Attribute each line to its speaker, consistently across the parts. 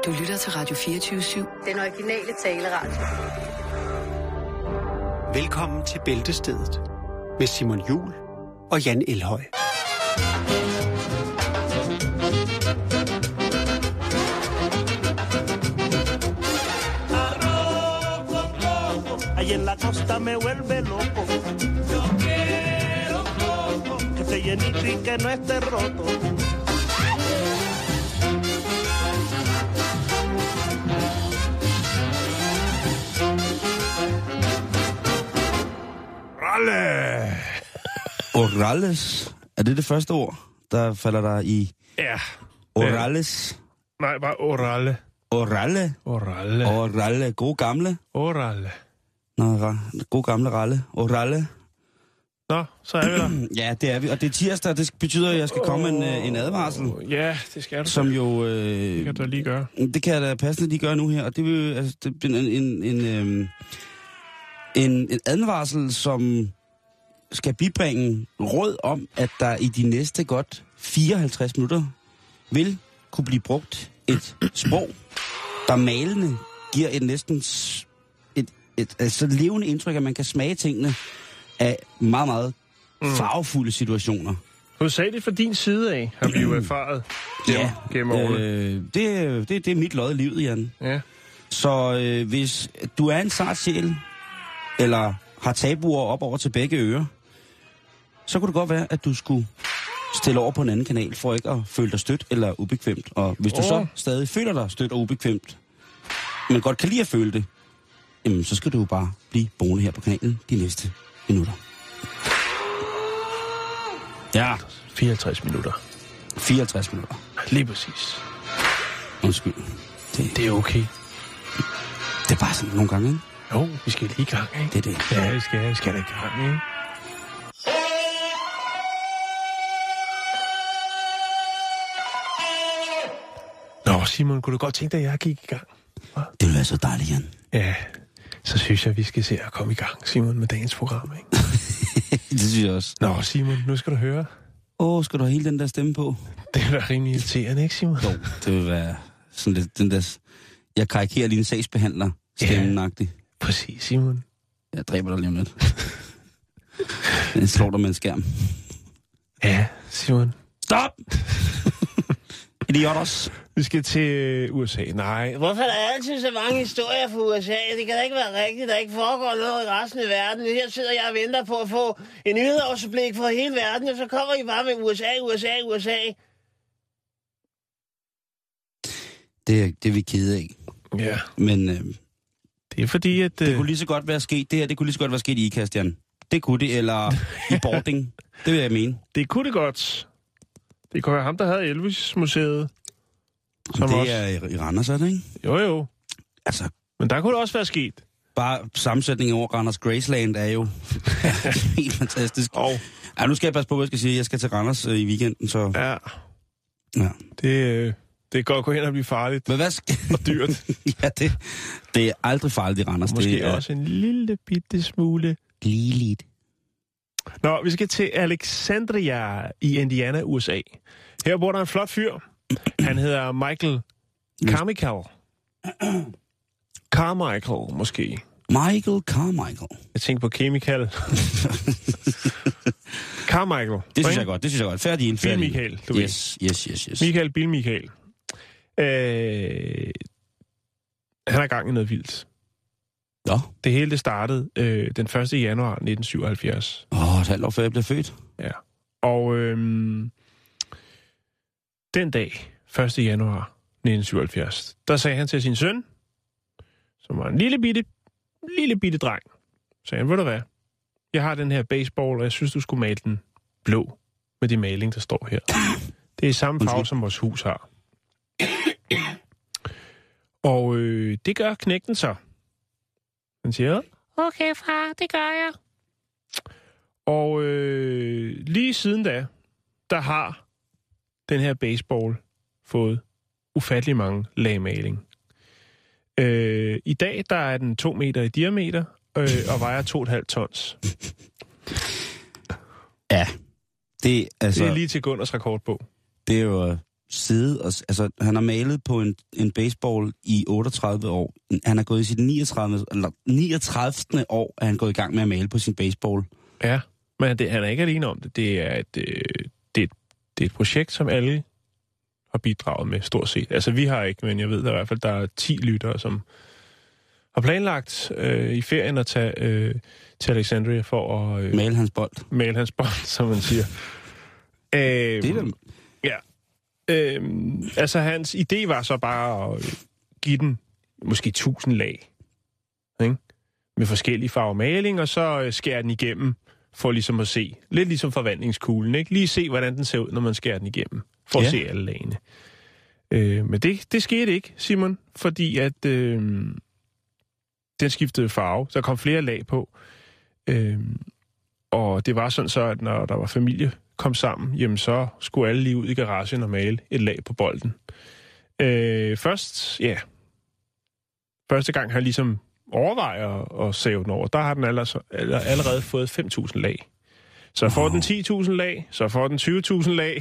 Speaker 1: Du lytter til Radio 24/7.
Speaker 2: Den originale taleradio.
Speaker 3: Velkommen til Bæltestedet med Simon Jul og Jan Elhøj.
Speaker 4: Ahí en la costa me vuelve loco. Yo quiero coco. Que esté llenito y que no esté roto.
Speaker 5: Ralle! Orales. Er det første ord, der falder der i?
Speaker 6: Ja.
Speaker 5: Orales.
Speaker 6: Nej, bare oralle.
Speaker 5: Oralle?
Speaker 6: Oralle.
Speaker 5: Oralle. God gamle?
Speaker 6: Oralle.
Speaker 5: Nå, god gamle ralle. Oralle.
Speaker 6: Nå, så er vi der.
Speaker 5: Ja, det er vi. Og det er tirsdag, det betyder, at jeg skal komme en advarsel.
Speaker 6: Ja, det skal du.
Speaker 5: Som jo...
Speaker 6: det kan du lige gøre.
Speaker 5: Det kan jeg da passende lige gøre nu her. Og det vil altså, det en advarsel, som skal bibringe råd om, at der i de næste godt 54 minutter vil kunne blive brugt et sprog, der malende giver et næsten et så levende indtryk, at man kan smage tingene af meget, meget farvefulde situationer.
Speaker 6: Hovedsageligt fra din side af, har vi jo erfaret gennem årene.
Speaker 5: Det er mit lod i livet, Jan.
Speaker 6: Ja.
Speaker 5: Så hvis du er en sart sjæl, eller har tabuer op over til begge ører, så kunne det godt være, at du skulle stille over på en anden kanal, for ikke at føle dig stødt eller ubekvemt. Og hvis du så stadig føler dig stødt og ubekvemt, men godt kan lide at føle det, jamen, så skal du jo bare blive boende her på kanalen de næste minutter. Ja.
Speaker 6: 54 minutter.
Speaker 5: 54 minutter.
Speaker 6: Lige præcis.
Speaker 5: Undskyld.
Speaker 6: Det er okay.
Speaker 5: Det er bare sådan nogle gange, ikke?
Speaker 6: Jo, vi skal lige i gang, ikke?
Speaker 5: Det er det.
Speaker 6: Ja, vi skal da i gang, ikke? Nå, Simon, kunne du godt tænke dig, at jeg gik i gang? Hva? Det
Speaker 5: ville være så dejligt, Jan.
Speaker 6: Ja, så synes jeg, vi skal se at komme i gang, Simon, med dagens program, ikke?
Speaker 5: Det synes jeg også.
Speaker 6: Nå, Simon, nu skal du høre.
Speaker 5: Skal du have hele den der stemme på?
Speaker 6: Det vil være rimelig irriterende, ikke, Simon?
Speaker 5: Jo, det vil være sådan lidt den der... Jeg karikerer lige en sagsbehandler stemmenagtig.
Speaker 6: Ja, præcis, Simon.
Speaker 5: Jeg dræber dig lige om lidt. Den slår dig med en skærm.
Speaker 6: Ja, Simon.
Speaker 5: Stop! Idiotos.
Speaker 6: Vi skal til USA. Nej.
Speaker 7: Hvorfor er der altid så mange historier fra USA? Det kan da ikke være rigtigt, der ikke foregår noget i resten af verden. Her sidder jeg og venter på at få en nyhedsoverblik for hele verden, og så kommer I bare med USA.
Speaker 5: Det er vi kede af.
Speaker 6: Ja.
Speaker 5: Men
Speaker 6: det er fordi, at...
Speaker 5: Det kunne lige så godt være sket. Det kunne lige så godt være sket i IKAST, Jan. Det kunne det, eller i boarding. Det vil jeg mene.
Speaker 6: Det kunne det godt. Det kunne være ham, der havde Elvis-museet.
Speaker 5: Det er i Randers, er det, ikke?
Speaker 6: Jo.
Speaker 5: Altså,
Speaker 6: men der kunne det også være sket.
Speaker 5: Bare sammensætningen over Randers Graceland er jo helt fantastisk. Ja, nu skal jeg passe på, hvad jeg skal sige. Jeg skal til Randers i weekenden, så... Ja.
Speaker 6: Det går gå hen og blive farligt.
Speaker 5: Men hvad
Speaker 6: og dyrt.
Speaker 5: Ja, det er aldrig farligt i Randers.
Speaker 6: Måske
Speaker 5: det er
Speaker 6: også en lille bitte smule.
Speaker 5: Ligeligt.
Speaker 6: Nå, vi skal til Alexandria i Indiana, USA. Her bor der en flot fyr. Han hedder Michael Carmichael, måske.
Speaker 5: Michael Carmichael.
Speaker 6: Jeg tænker på Chemical. Carmichael.
Speaker 5: Det synes jeg godt. Færdig.
Speaker 6: Bill Michael, du
Speaker 5: yes.
Speaker 6: ved. Michael, Bill Michael. Han er gang i noget vildt.
Speaker 5: Ja.
Speaker 6: Det hele det startede den 1. januar 1977.
Speaker 5: Et halvt år før jeg blev født.
Speaker 6: Ja. Og den dag, 1. januar 1977, der sagde han til sin søn, som var en lille bitte dreng, sagde han, ved du hvad, jeg har den her baseball, og jeg synes, du skulle male den blå med de maling, der står her. Det er samme farve, som vores hus har. Og det gør knægten så. Han siger, okay far, det gør jeg. Og lige siden da, der har den her baseball fået ufattelig mange lag maling. I dag, der er den 2 meter i diameter og vejer 2,5 tons.
Speaker 5: Ja, det
Speaker 6: er lige til Gunners rekord på.
Speaker 5: Det er jo siddet og... Altså, han har malet på en baseball i 38 år. Han er gået i sit 39. år, at han gået i gang med at male på sin baseball.
Speaker 6: Ja, men han er ikke alene om det. Det er et projekt, som alle har bidraget med, stort set. Altså, vi har ikke, men jeg ved i hvert fald, der er 10 lyttere, som har planlagt i ferien at tage til Alexandria for at...
Speaker 5: Male hans bold.
Speaker 6: Male hans bold, som man siger.
Speaker 5: Det er dem.
Speaker 6: Ja. Altså, hans idé var så bare at give den måske 1000 lag. Ikke? Med forskellige farvemaling, og så skære den igennem, for ligesom at se. Lidt ligesom forvandlingskuglen, ikke? Lige se, hvordan den ser ud, når man skærer den igennem. For at se alle lagene. Men det skete ikke, Simon, fordi at den skiftede farve. Der kom flere lag på. Og det var sådan så, at når der var familie kom sammen, jamen så skulle alle lige ud i garagen og male et lag på bolden. Første gang han ligesom overvejer at save den over, der har den allerede fået 5.000 lag. Så får den 10.000 lag, så får den 20.000 lag.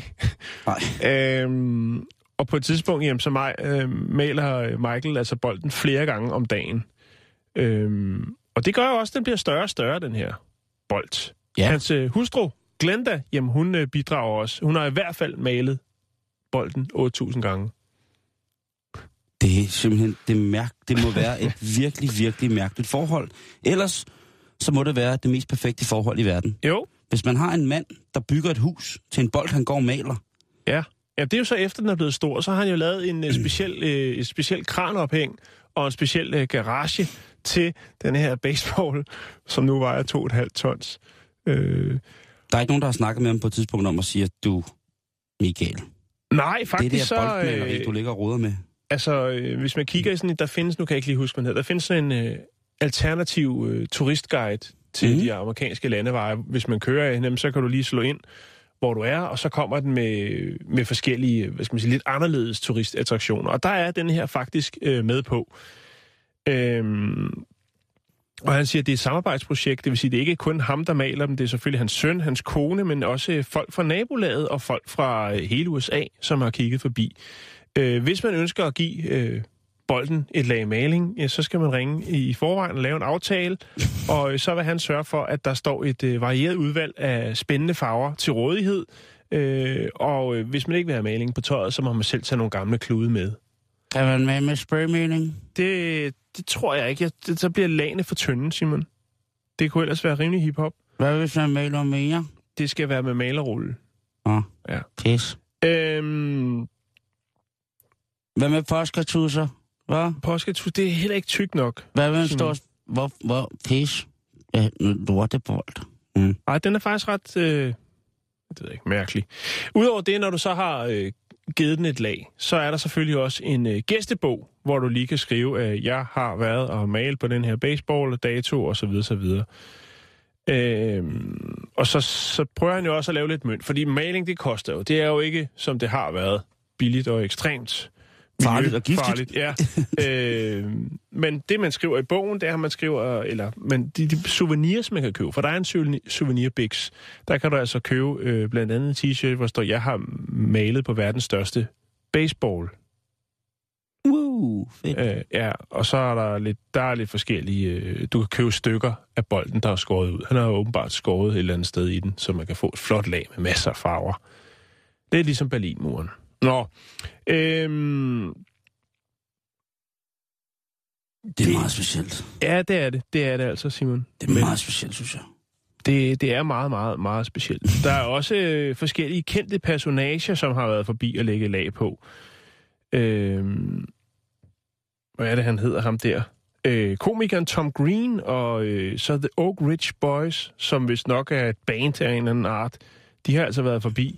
Speaker 6: Og på et tidspunkt, jamen, så maler Michael altså bolden flere gange om dagen. Og det gør jo også, at den bliver større og større, den her bold. Ja. Hans hustru, Glenda, jamen hun bidrager også. Hun har i hvert fald malet bolden 8.000 gange.
Speaker 5: Det er simpelthen, det må være et virkelig, virkelig mærkeligt forhold. Ellers, så må det være det mest perfekte forhold i verden.
Speaker 6: Jo.
Speaker 5: Hvis man har en mand, der bygger et hus til en bold, han går og maler.
Speaker 6: Ja, det er jo så efter, den er blevet stor, så har han jo lavet en et speciel kranophæng og en speciel garage til den her baseball, som nu vejer 2,5 tons.
Speaker 5: Der er ikke nogen, der har snakket med ham på et tidspunkt om at sige, at du, Michael,
Speaker 6: nej, faktisk
Speaker 5: det der boldmaleri, du ligger og roder med. Altså,
Speaker 6: hvis man kigger i sådan, der findes, nu kan jeg ikke lige huske, hvad den hedder, der findes sådan en alternativ turistguide til de amerikanske landeveje. Hvis man kører af dem, så kan du lige slå ind, hvor du er, og så kommer den med forskellige, hvad skal man sige, lidt anderledes turistattraktioner. Og der er den her faktisk med på. Og han siger, at det er et samarbejdsprojekt, det vil sige, det er ikke kun ham, der maler dem, det er selvfølgelig hans søn, hans kone, men også folk fra nabolaget og folk fra hele USA, som har kigget forbi. Hvis man ønsker at give bolden et lag maling, ja, så skal man ringe i forvejen og lave en aftale, og så vil han sørge for, at der står et varieret udvalg af spændende farver til rådighed, og hvis man ikke vil have maling på tøjet, så må man selv tage nogle gamle klude med.
Speaker 5: Kan man med spraymaling?
Speaker 6: Det tror jeg ikke. Så bliver lagene for tynde, Simon. Det kunne ellers være rimelig hiphop.
Speaker 5: Hvad hvis man maler mere?
Speaker 6: Det skal være med malerrulle.
Speaker 5: Ja. Pis. Hvad med påsketusser? Hvad?
Speaker 6: Påsketusser, det er heller ikke tyk nok.
Speaker 5: Hvad med en stor... Hvor? Pis? Ja, lortebold.
Speaker 6: Ej, den er faktisk ret... det ved jeg ikke, mærkelig. Udover det, når du så har givet den et lag, så er der selvfølgelig også en gæstebog, hvor du lige kan skrive, at jeg har været og malet på den her baseball, dato og så videre, så videre. Og så prøver han jo også at lave lidt mønt, fordi maling, det koster jo. Det er jo ikke, som det har været, billigt og ekstremt
Speaker 5: farligt og giftigt.
Speaker 6: Farligt, ja. Men det, man skriver i bogen, det er, man skriver, men de souvenirs, man kan købe, for der er en souvenirbiks. Der kan du altså købe blandt andet en t-shirt, hvor står, jeg har malet på verdens største baseball.
Speaker 5: Fedt.
Speaker 6: Ja, og så er der er lidt forskellige... du kan købe stykker af bolden, der er skåret ud. Han har åbenbart skåret et eller andet sted i den, så man kan få et flot lag med masser af farver. Det er ligesom Berlinmuren. Nå.
Speaker 5: Det er meget specielt.
Speaker 6: Ja, det er det. Det er det altså, Simon.
Speaker 5: Det er meget specielt, synes jeg.
Speaker 6: Det er meget, meget, meget specielt. Der er også forskellige kendte personager, som har været forbi at lægge lag på. Hvad er det, han hedder, ham der? Komikeren Tom Green og så The Oak Ridge Boys, som vist nok er et band af en eller anden art. De har altså været forbi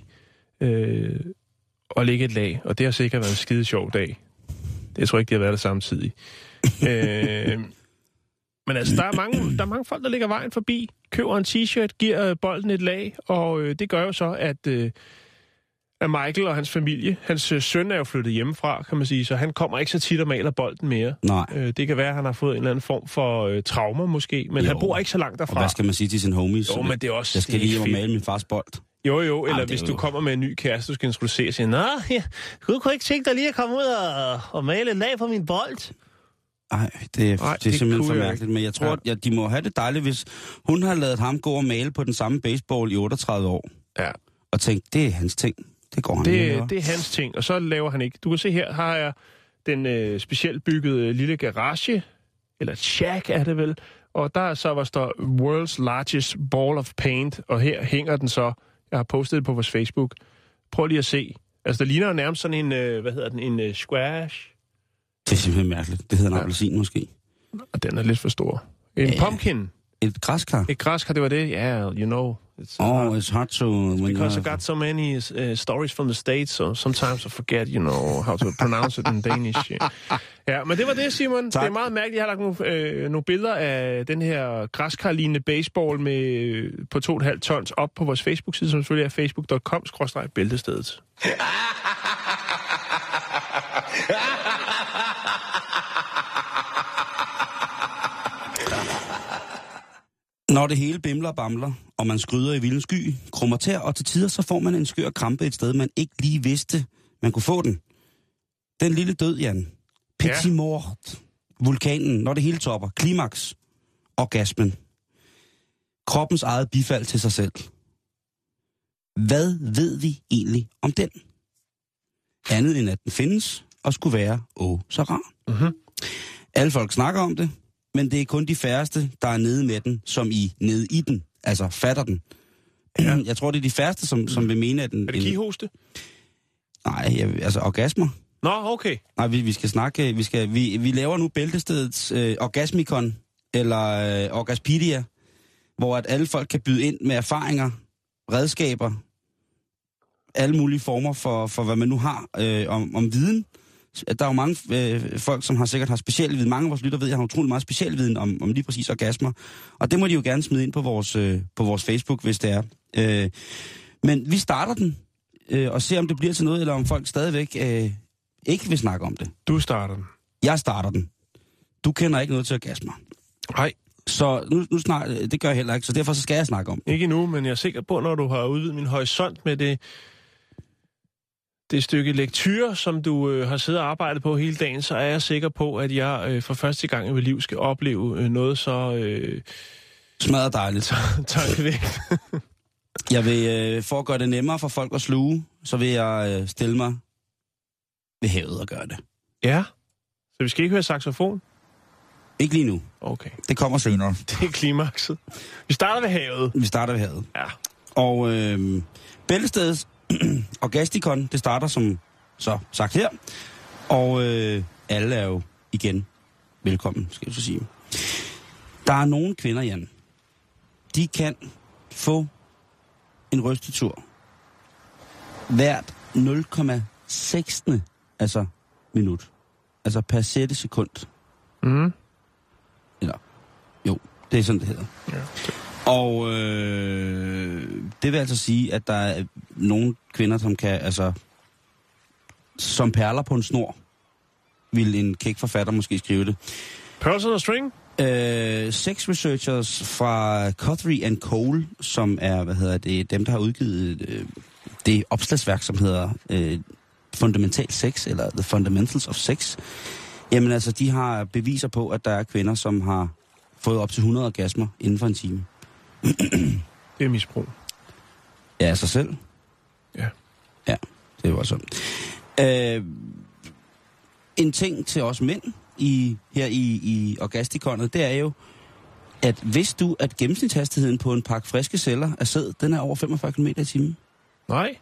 Speaker 6: og lægge et lag, og det har sikkert været en skide sjov dag. Jeg tror ikke, de har været der samtidig. Men altså, der er mange folk, der ligger vejen forbi, køber en t-shirt, giver bolden et lag, og det gør jo så, at Michael og hans familie, hans søn er jo flyttet hjemmefra, kan man sige, så han kommer ikke så tit og maler bolden mere.
Speaker 5: Nej.
Speaker 6: Det kan være, at han har fået en eller anden form for traumer måske, men han bor ikke så langt derfra.
Speaker 5: Og hvad skal man sige til sin homies?
Speaker 6: Jo, men det er også...
Speaker 5: Jeg skal lige hjem og male min fars bold.
Speaker 6: Jo, eller hvis du kommer med en ny kæreste, du skal introducere, og siger, nå, ja, du kunne ikke tænke dig lige at komme ud og male et lag på min bold?
Speaker 5: Nej, det er simpelthen for mærkeligt, men jeg tror, at de må have det dejligt, hvis hun har ladet ham gå og male på den samme baseball i 38 år.
Speaker 6: Ja.
Speaker 5: Og tænkt, det er hans ting. Det går han
Speaker 6: det er hans ting, og så laver han ikke. Du kan se her, har jeg den specielt byggede lille garage, eller shack er det vel, og der så var der World's Largest Ball of Paint, og her hænger den så. Jeg har postet det på vores Facebook. Prøv lige at se. Altså, der ligner jo nærmest sådan en, en squash.
Speaker 5: Det er simpelthen mærkeligt. Det hedder en appelsin måske.
Speaker 6: Og den er lidt for stor. En pumpkin.
Speaker 5: Et græskar?
Speaker 6: Et græskar, det var det. Yeah, you know.
Speaker 5: It's hard to...
Speaker 6: Because I got so many stories from the States, so sometimes I forget, how to pronounce it in Danish. Ja, men det var det, Simon. Tak. Det er meget mærkeligt. Jeg har lagt nogle billeder af den her græskar-lignende baseball på 2,5 tons op på vores Facebook-side, som selvfølgelig er facebook.com/bæltestedet.
Speaker 5: Når det hele bimler og bamler, og man skryder i vildens sky, krummer tær, og til tider så får man en skør krampe et sted, man ikke lige vidste, man kunne få den. Den lille død, Jan. Petit mort. Vulkanen, når det hele topper. Klimaks. Orgasmen. Kroppens eget bifald til sig selv. Hvad ved vi egentlig om den? Andet end at den findes, og skulle være så rar. Mm-hmm. Alle folk snakker om det, men det er kun de færreste, der er nede med den, som nede i den. Altså fatter den. Ja. Jeg tror, det er de færreste, som vil mene, at den...
Speaker 6: Er det kihoste?
Speaker 5: Nej, altså orgasmer.
Speaker 6: Nå, okay.
Speaker 5: Nej, vi skal snakke... Vi laver nu bæltestedets Orgasmikon, eller Orgaspedia, hvor at alle folk kan byde ind med erfaringer, redskaber, alle mulige former for hvad man nu har om viden. Der er jo mange folk, som sikkert har specialviden. Mange af vores lytter ved, at jeg har utrolig meget specialviden om lige præcis orgasmer. Og det må de jo gerne smide ind på vores Facebook, hvis det er. Men vi starter den, og ser, om det bliver til noget, eller om folk stadigvæk ikke vil snakke om det.
Speaker 6: Du starter den.
Speaker 5: Jeg starter den. Du kender ikke noget til orgasmer.
Speaker 6: Nej.
Speaker 5: Så nu snart, det gør jeg heller ikke, så derfor så skal jeg snakke om det.
Speaker 6: Ikke endnu, men jeg er sikker på, når du har udvidet min horisont med det stykke lektyr, som du har siddet og arbejdet på hele dagen, så er jeg sikker på, at jeg for første gang i mit liv skal opleve noget så...
Speaker 5: smadret dejligt.
Speaker 6: Tankevægt.
Speaker 5: Jeg vil, for at gøre det nemmere for folk at sluge, så vil jeg stille mig ved havet og gøre det.
Speaker 6: Ja? Så vi skal ikke høre saxofon?
Speaker 5: Ikke lige nu.
Speaker 6: Okay.
Speaker 5: Det kommer senere.
Speaker 6: Det er klimakset. Vi starter ved havet. Ja.
Speaker 5: Og bæltestedets Orgastikon, det starter som så sagt her. Og alle er jo igen velkommen, skal jeg så sige. Der er nogle kvinder, Jan. De kan få en rystetur hvert 0,6 altså minut. Altså per sekund.
Speaker 6: Mm.
Speaker 5: Eller, jo, det er sådan, det hedder. Ja. Og det vil altså sige, at der er nogle kvinder, som kan, altså, som perler på en snor, vil en kæk forfatter måske skrive det.
Speaker 6: Pearls on a string?
Speaker 5: Sex researchers fra Guthrie and Cole, som er, dem, der har udgivet det opslagsværk, som hedder Fundamental Sex, eller The Fundamentals of Sex. Jamen altså, de har beviser på, at der er kvinder, som har fået op til 100 orgasmer inden for en time.
Speaker 6: Det er misbrug.
Speaker 5: Ja, sig selv.
Speaker 6: Ja.
Speaker 5: Ja, det var sådan. En ting til os mænd her i orgastikonet, det er jo, at vidste du, at gennemsnitshastigheden på en pakke friske celler af sæd, den er over 45 km i timen?
Speaker 6: Nej.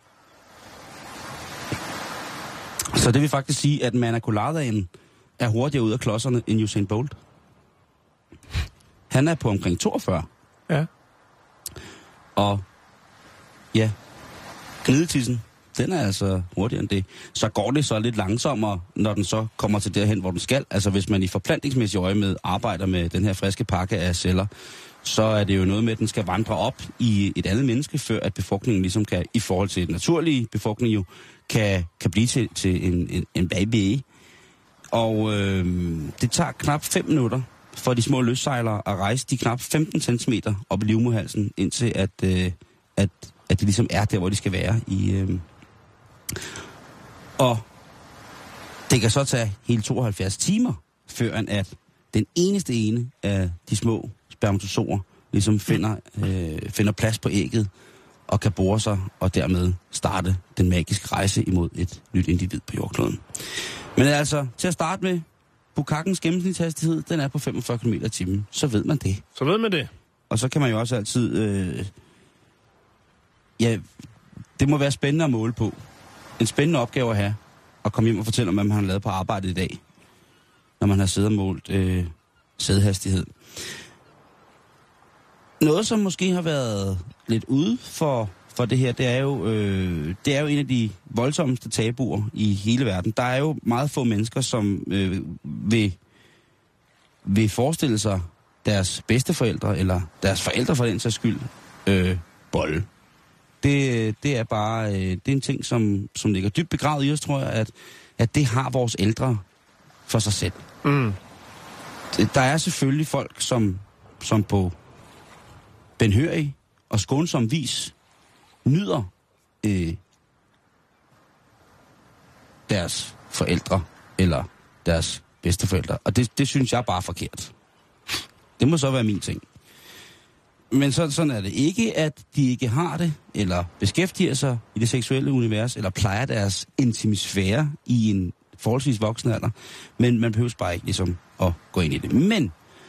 Speaker 5: Så det vil faktisk sige, at Mana Coladaen er hurtigere ud af klodserne end Usain Bolt. Han er på omkring 42.
Speaker 6: Ja.
Speaker 5: Og ja, gnidetissen, den er altså hurtigere end det. Så går det så lidt langsommere, når den så kommer til derhen, hvor den skal. Altså hvis man i forplantningsmæssig øje med arbejder med den her friske pakke af celler, så er det jo noget med, at den skal vandre op i et andet menneske, før at befrugtningen ligesom kan, i forhold til den naturlige befrugtning jo, kan blive til en baby. Og det tager knap 5 minutter for de små løssejlere at rejse de knap 15 cm op i livmoderhalsen, indtil at at de ligesom er der, hvor de skal være. Og det kan så tage hele 72 timer, før at den ene af de små spermatozoer ligesom finder plads på ægget og kan bore sig og dermed starte den magiske rejse imod et nyt individ på jordkloden. Men altså, til at starte med, bukakkens gennemsnitshastighed, den er på 45 km i timen. Så ved man det.
Speaker 6: Så ved man det.
Speaker 5: Og så kan man jo også altid... det må være spændende at måle på. En spændende opgave at have. At komme hjem og fortælle om, hvad man har lavet på arbejde i dag. Når man har siddet og målt sædhastighed. Noget, som måske har været lidt ude for det her, det er jo en af de voldsomste tabuer i hele verden. Der er jo meget få mennesker, som vil forestille sig deres bedsteforældre, eller deres forældre for den sags skyld, bolle. Det er bare det er en ting, som ligger dybt begravet i os, tror jeg, at det har vores ældre for sig selv. Mm. Der er selvfølgelig folk, som på benhørig og skånsom vis nyder deres forældre eller deres bedsteforældre. Og det synes jeg bare er forkert. Det må så være min ting. Men sådan er det ikke, at de ikke har det, eller beskæftiger sig i det seksuelle univers, eller plejer deres intimisfære i en forholdsvis voksen alder. Men man behøver bare ikke ligesom at gå ind i det. Men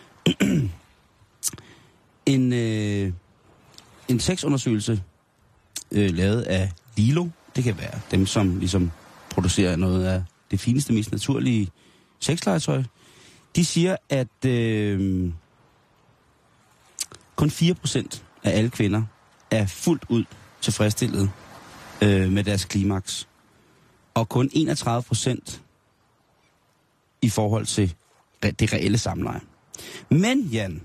Speaker 5: en sexundersøgelse lavet af Lilo, det kan være dem, som ligesom producerer noget af det fineste, mest naturlige sexlegetøj, de siger, at kun 4% af alle kvinder er fuldt ud tilfredsstillet med deres klimaks. Og kun 31% i forhold til det reelle samleje. Men, Jan,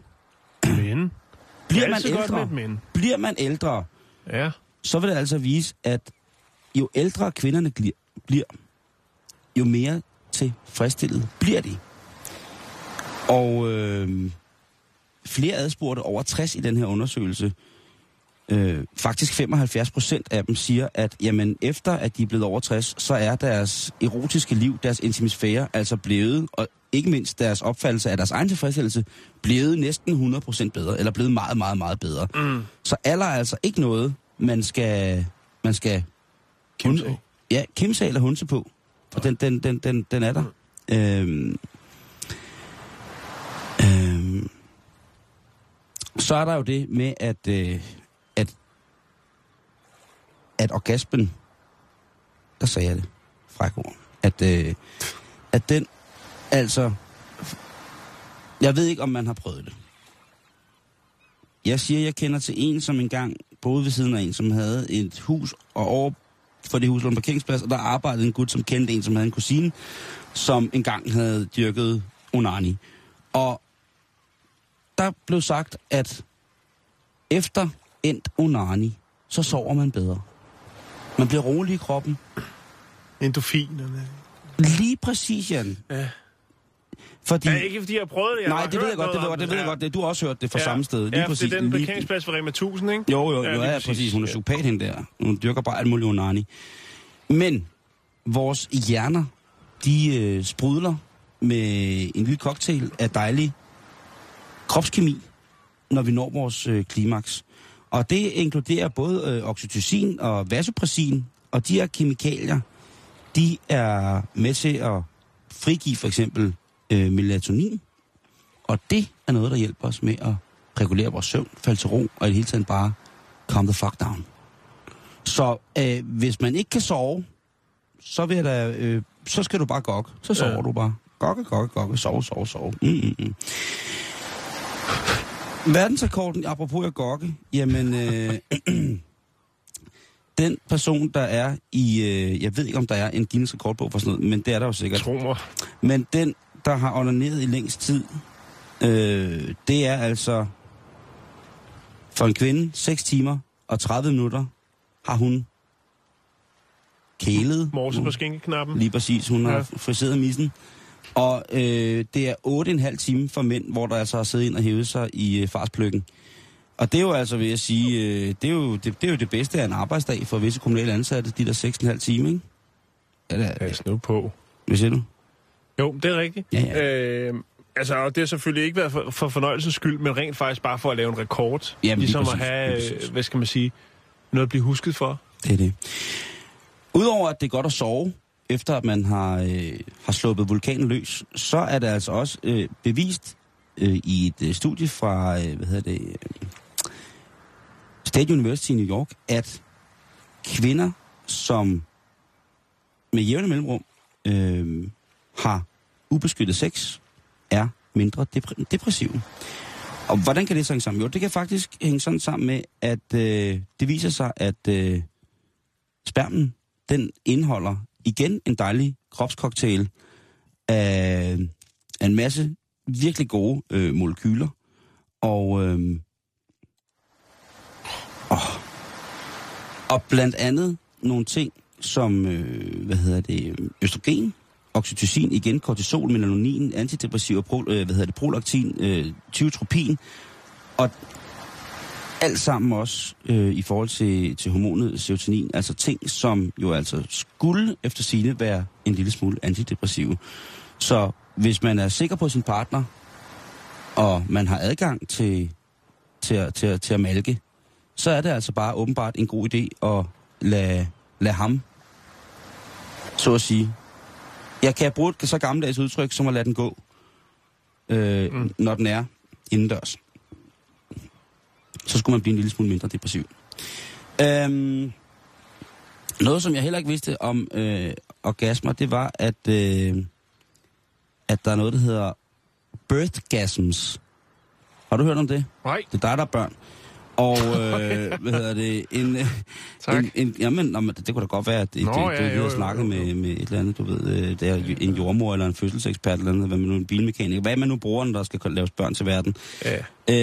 Speaker 5: bliver man ældre, ja, så vil det altså vise, at jo ældre kvinderne bliver, jo mere tilfredsstillet bliver de. Og flere adspurgte over 60 i den her undersøgelse, faktisk 75% af dem siger, at jamen, efter at de er blevet over 60, så er deres erotiske liv, deres intimisfære, altså blevet, og ikke mindst deres opfattelse af deres egen tilfredsstillelse, blevet næsten 100% bedre, eller blevet meget, meget, meget bedre. Mm. Så alder er altså ikke noget, man skal kimse eller hunse på. Og den er der. Så er der jo det med, at orgasmen, der sagde jeg det, frækord, at den, altså, jeg ved ikke, om man har prøvet det. Jeg siger, jeg kender til en, som engang boede ved siden af en, som havde et hus, og over for det hus lå en parkeringsplads, og der arbejdede en gut, som kendte en, som havde en kusine, som engang havde dyrket onani. Og der blev sagt, at efter endt onani, så sover man bedre. Man bliver rolig i kroppen.
Speaker 6: Endorfinerne.
Speaker 5: Lige præcis, Jan.
Speaker 6: Ja.
Speaker 5: Fordi...
Speaker 6: Ja, ikke fordi jeg har prøvet det.
Speaker 5: Nej, det ved jeg godt. Du har også hørt det fra samme sted. Lige præcis.
Speaker 6: Det er den parkeringsplads for Rema 1000, ikke?
Speaker 5: Jo, præcis. Hun er psykopat hende der. Hun dyrker bare alt muligt onani. Men vores hjerner, de sprudler med en lille cocktail af dejlig kropskemi, når vi når vores klimaks. Og det inkluderer både oxytocin og vasopressin, og de her kemikalier, de er med til at frigive for eksempel melatonin, og det er noget, der hjælper os med at regulere vores søvn, falde til ro, og i det hele taget bare calm the fuck down. Så hvis man ikke kan sove, så vil jeg så skal du bare gokke. Så sover du bare. Gokke, sove. Verdensrekorden, apropos at gokke, jamen, den person, der er i, jeg ved ikke, om der er en Guinness rekordbog for sådan noget, men det er der jo sikkert.
Speaker 6: Tro mig.
Speaker 5: Men den, der har onaneret i længst tid, det er altså for en kvinde 6 timer og 30 minutter har hun kælet.
Speaker 6: Morse på skinkeknappen.
Speaker 5: Lige præcis, hun har friseret missen. Og det er 8,5 timer for mænd, hvor der altså har siddet ind og hævet sig i farspløkken. Og det er jo altså, vil jeg sige, det er jo det bedste af en arbejdsdag for visse kommunale ansatte, de der 6,5 timer, ikke?
Speaker 6: Pas nu på.
Speaker 5: Hvad siger du?
Speaker 6: Jo, det er rigtigt.
Speaker 5: Ja.
Speaker 6: Altså, det har selvfølgelig ikke været for fornøjelsens skyld, men rent faktisk bare for at lave en rekord.
Speaker 5: Jamen,
Speaker 6: ligesom at have, hvad skal man sige, noget at blive husket for.
Speaker 5: Det er det. Udover at det er godt at sove, efter at man har sluppet vulkanen løs, så er det altså også bevist i et studie fra, State University i New York, at kvinder, som med jævne mellemrum har ubeskyttet sex, er mindre depressive. Og hvordan kan det så hænge sammen? Jo, det kan faktisk hænge sådan sammen med, at det viser sig, at spermen, den indeholder igen en dejlig kropscocktail af en masse virkelig gode molekyler. Og blandt andet nogle ting som, østrogen, oxytocin, igen kortisol, melatonin, antidepressiv, prolaktin, tyotropin, og alt sammen også i forhold til hormonet serotonin, altså ting, som jo altså skulle efter sigende være en lille smule antidepressive. Så hvis man er sikker på sin partner, og man har adgang til at malke, så er det altså bare åbenbart en god idé at lade ham, så at sige. Jeg kan bruge et så gammeldags udtryk, som at lade den gå, når den er indendørs. Så skulle man blive en lille smule mindre depressiv. Noget, som jeg heller ikke vidste om orgasmer, det var, at der er noget, der hedder birthgasms. Har du hørt om det?
Speaker 6: Nej.
Speaker 5: Det er dig, der er børn. Og, det kunne da godt være, at det har snakket med et eller andet, du ved, det er en jordmor eller en fødselsekspert eller andet, hvad man nu en bilmekaniker, hvad man nu bruger, der skal laves børn til verden. Ja.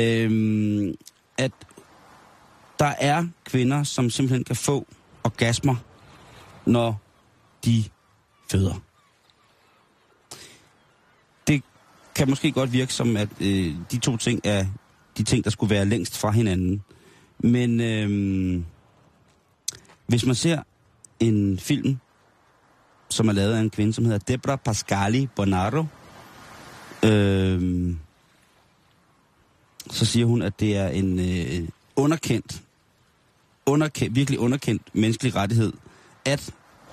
Speaker 5: At der er kvinder, som simpelthen kan få orgasmer, når de føder. Det kan måske godt virke som, at de to ting er de ting, der skulle være længst fra hinanden. Men hvis man ser en film, som er lavet af en kvinde, som hedder Debra Pascali Bonaro, så siger hun, at det er en virkelig underkendt menneskelig rettighed, at